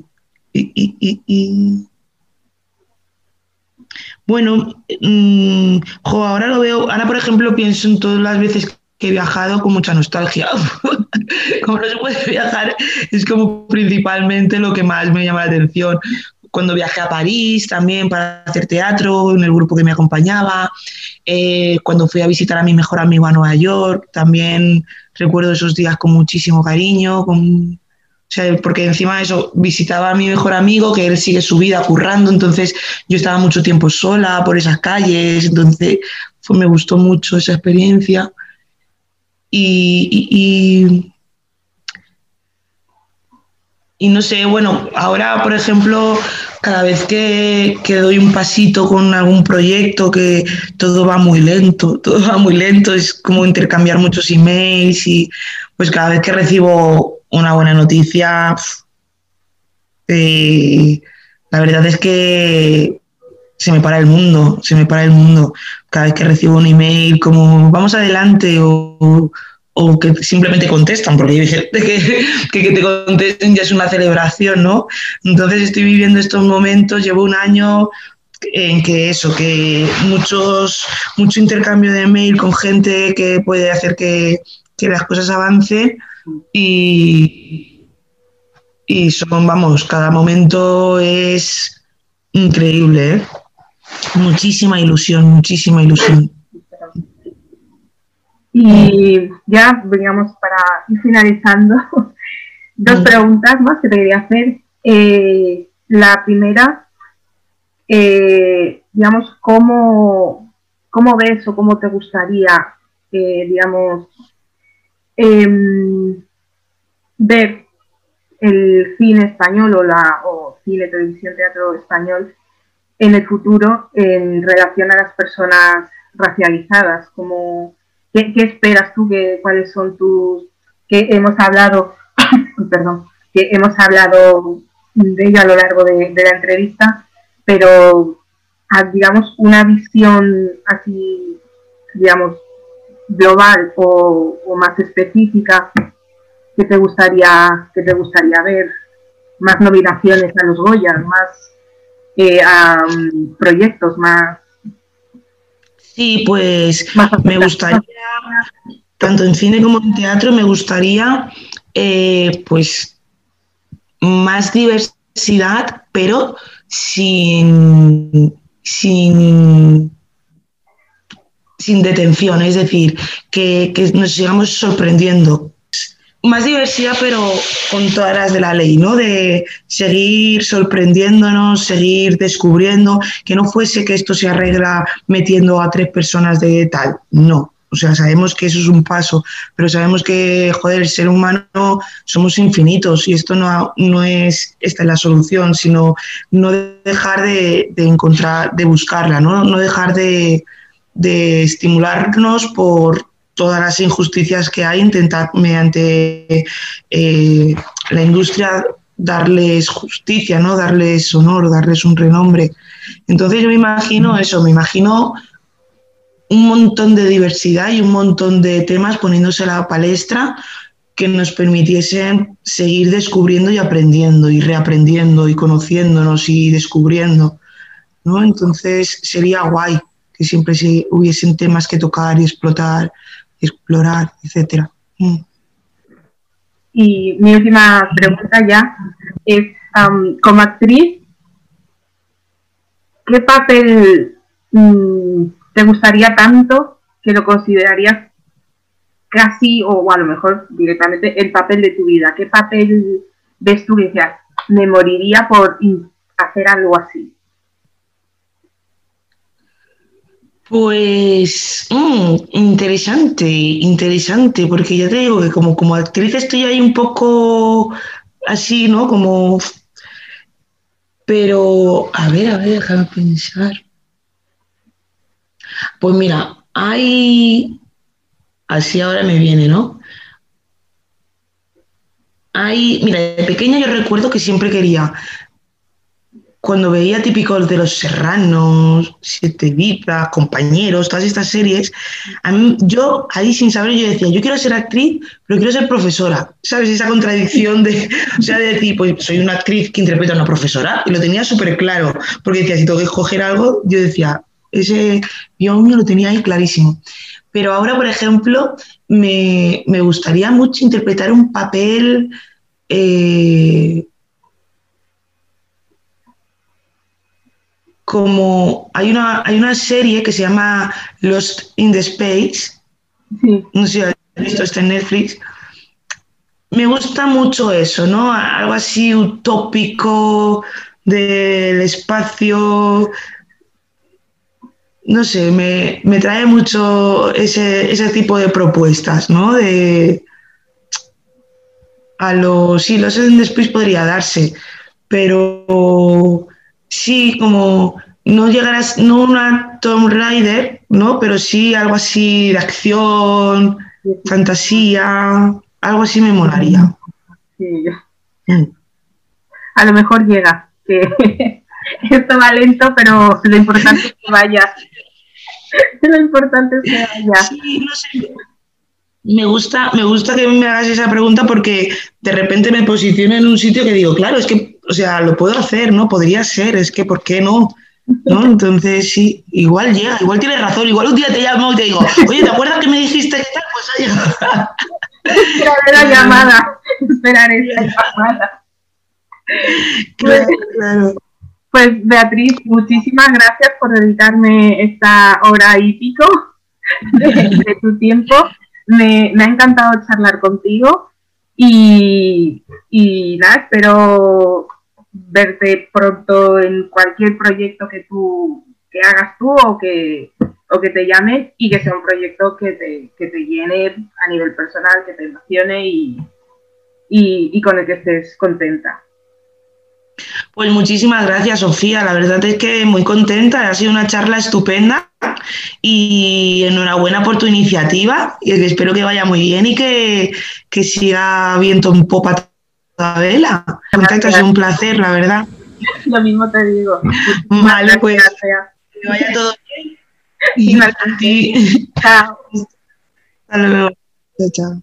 B: bueno, ahora lo veo, ahora por ejemplo pienso en todas las veces que he viajado con mucha nostalgia. Como no se puede viajar, es como principalmente lo que más me llama la atención. Cuando viajé a París también para hacer teatro, en el grupo que me acompañaba, cuando fui a visitar a mi mejor amigo a Nueva York, también recuerdo esos días con muchísimo cariño, O sea, porque encima de eso visitaba a mi mejor amigo, que él sigue su vida currando, entonces yo estaba mucho tiempo sola por esas calles, entonces me gustó mucho esa experiencia. Y, y, y no sé, bueno, ahora, por ejemplo, cada vez que doy un pasito con algún proyecto, que todo va muy lento, todo va muy lento, es como intercambiar muchos emails y pues cada vez que recibo una buena noticia, eh, la verdad es que se me para el mundo, se me para el mundo. Cada vez que recibo un email como vamos adelante o que simplemente contestan, porque hay gente que te contesten ya es una celebración, ¿no? Entonces estoy viviendo estos momentos, llevo un año en que eso, que mucho intercambio de mail con gente que puede hacer que las cosas avancen y, y son, vamos, cada momento es increíble, ¿eh? Muchísima ilusión, muchísima ilusión.
C: Y ya, digamos, para ir finalizando, dos preguntas más que te quería hacer. La primera, digamos, ¿cómo ves o cómo te gustaría, digamos, ver el cine español o cine, televisión, teatro español en el futuro en relación a las personas racializadas? ¿Qué esperas tú? ¿Cuáles son que hemos hablado, perdón, que hemos hablado de ello a lo largo de la entrevista, pero digamos una visión así, digamos, global o más específica que te gustaría ver? Más nominaciones a los Goya, más proyectos más.
B: Sí, pues me gustaría, tanto en cine como en teatro, me gustaría pues más diversidad, pero sin detención, es decir, que nos sigamos sorprendiendo. Más diversidad, pero con todas las de la ley, ¿no? De seguir sorprendiéndonos, seguir descubriendo, que no fuese que esto se arregla metiendo a 3 personas de tal, no. O sea, sabemos que eso es un paso, pero sabemos que, joder, el ser humano somos infinitos y esto no es esta es la solución, sino no dejar de encontrar, de buscarla, ¿no? No dejar de estimularnos por todas las injusticias que hay, intentar mediante la industria darles justicia, ¿no? Darles honor, darles un renombre. Entonces yo me imagino eso, me imagino un montón de diversidad y un montón de temas poniéndose a la palestra que nos permitiesen seguir descubriendo y aprendiendo y reaprendiendo y conociéndonos y descubriendo, ¿no? Entonces sería guay que siempre hubiesen temas que tocar y explorar, etcétera.
C: Y mi última pregunta ya es, como actriz, ¿qué papel te gustaría tanto que lo considerarías casi, o a lo mejor directamente, el papel de tu vida? ¿Qué papel ves tú que decías, me moriría por hacer algo así?
B: Pues interesante, porque ya te digo que como actriz estoy ahí un poco así, ¿no? Pero, a ver, déjame pensar. Pues mira, así ahora me viene, ¿no? Mira, de pequeña yo recuerdo que siempre quería, cuando veía típicos de Los Serranos, Siete Vidas, Compañeros, todas estas series, yo ahí sin saber yo decía, yo quiero ser actriz, pero quiero ser profesora. ¿Sabes? Esa contradicción de decir, pues soy una actriz que interpreta a una profesora, y lo tenía súper claro, porque decía, si tengo que escoger algo, yo decía, ese binomio lo tenía ahí clarísimo. Pero ahora, por ejemplo, me gustaría mucho interpretar un papel como hay una serie que se llama Lost in the Space,
C: sí.
B: No sé si has visto, está en Netflix, me gusta mucho eso, ¿no? Algo así utópico del espacio. No sé, me trae mucho ese tipo de propuestas, ¿no? Sí, los Seven Space podría darse, pero sí, como no llegarás, no una Tomb Raider, ¿no? Pero sí algo así de acción, fantasía, algo así me molaría.
C: Sí,
B: Mm.
C: a lo mejor llega, que esto va lento, pero lo importante es que vaya. Lo importante es que vaya.
B: Sí, no sé, me gusta que me hagas esa pregunta porque de repente me posiciono en un sitio que digo, claro, es que, o sea, lo puedo hacer, ¿no? Podría ser, es que, ¿por qué no? ¿No? Entonces, sí, igual llega, igual tienes razón, igual un día te llamo y te digo, oye, ¿te acuerdas que me dijiste que tal? Pues ha llegado.
C: Esperaré la
B: Claro,
C: llamada. Esperaré esa llamada. Pues,
B: claro, claro.
C: pues, Beatriz, muchísimas gracias por dedicarme esta hora y pico de tu tiempo. Me ha encantado charlar contigo y nada, espero verte pronto en cualquier proyecto que hagas tú o que te llames y que sea un proyecto que te llene a nivel personal, que te emocione y con el que estés contenta.
B: Pues muchísimas gracias, Sofía. La verdad es que muy contenta. Ha sido una charla estupenda y enhorabuena por tu iniciativa. Y espero que vaya muy bien y que siga viento en popa toda vela. Contacto, ha sido
C: Gracias.
B: un placer, la verdad.
C: Lo mismo te digo. Muchísimas
B: Vale, pues
C: gracias.
B: que vaya todo bien. Y a
C: Igualmente.
B: ti.
C: Chao.
B: Hasta luego. Chao, chao.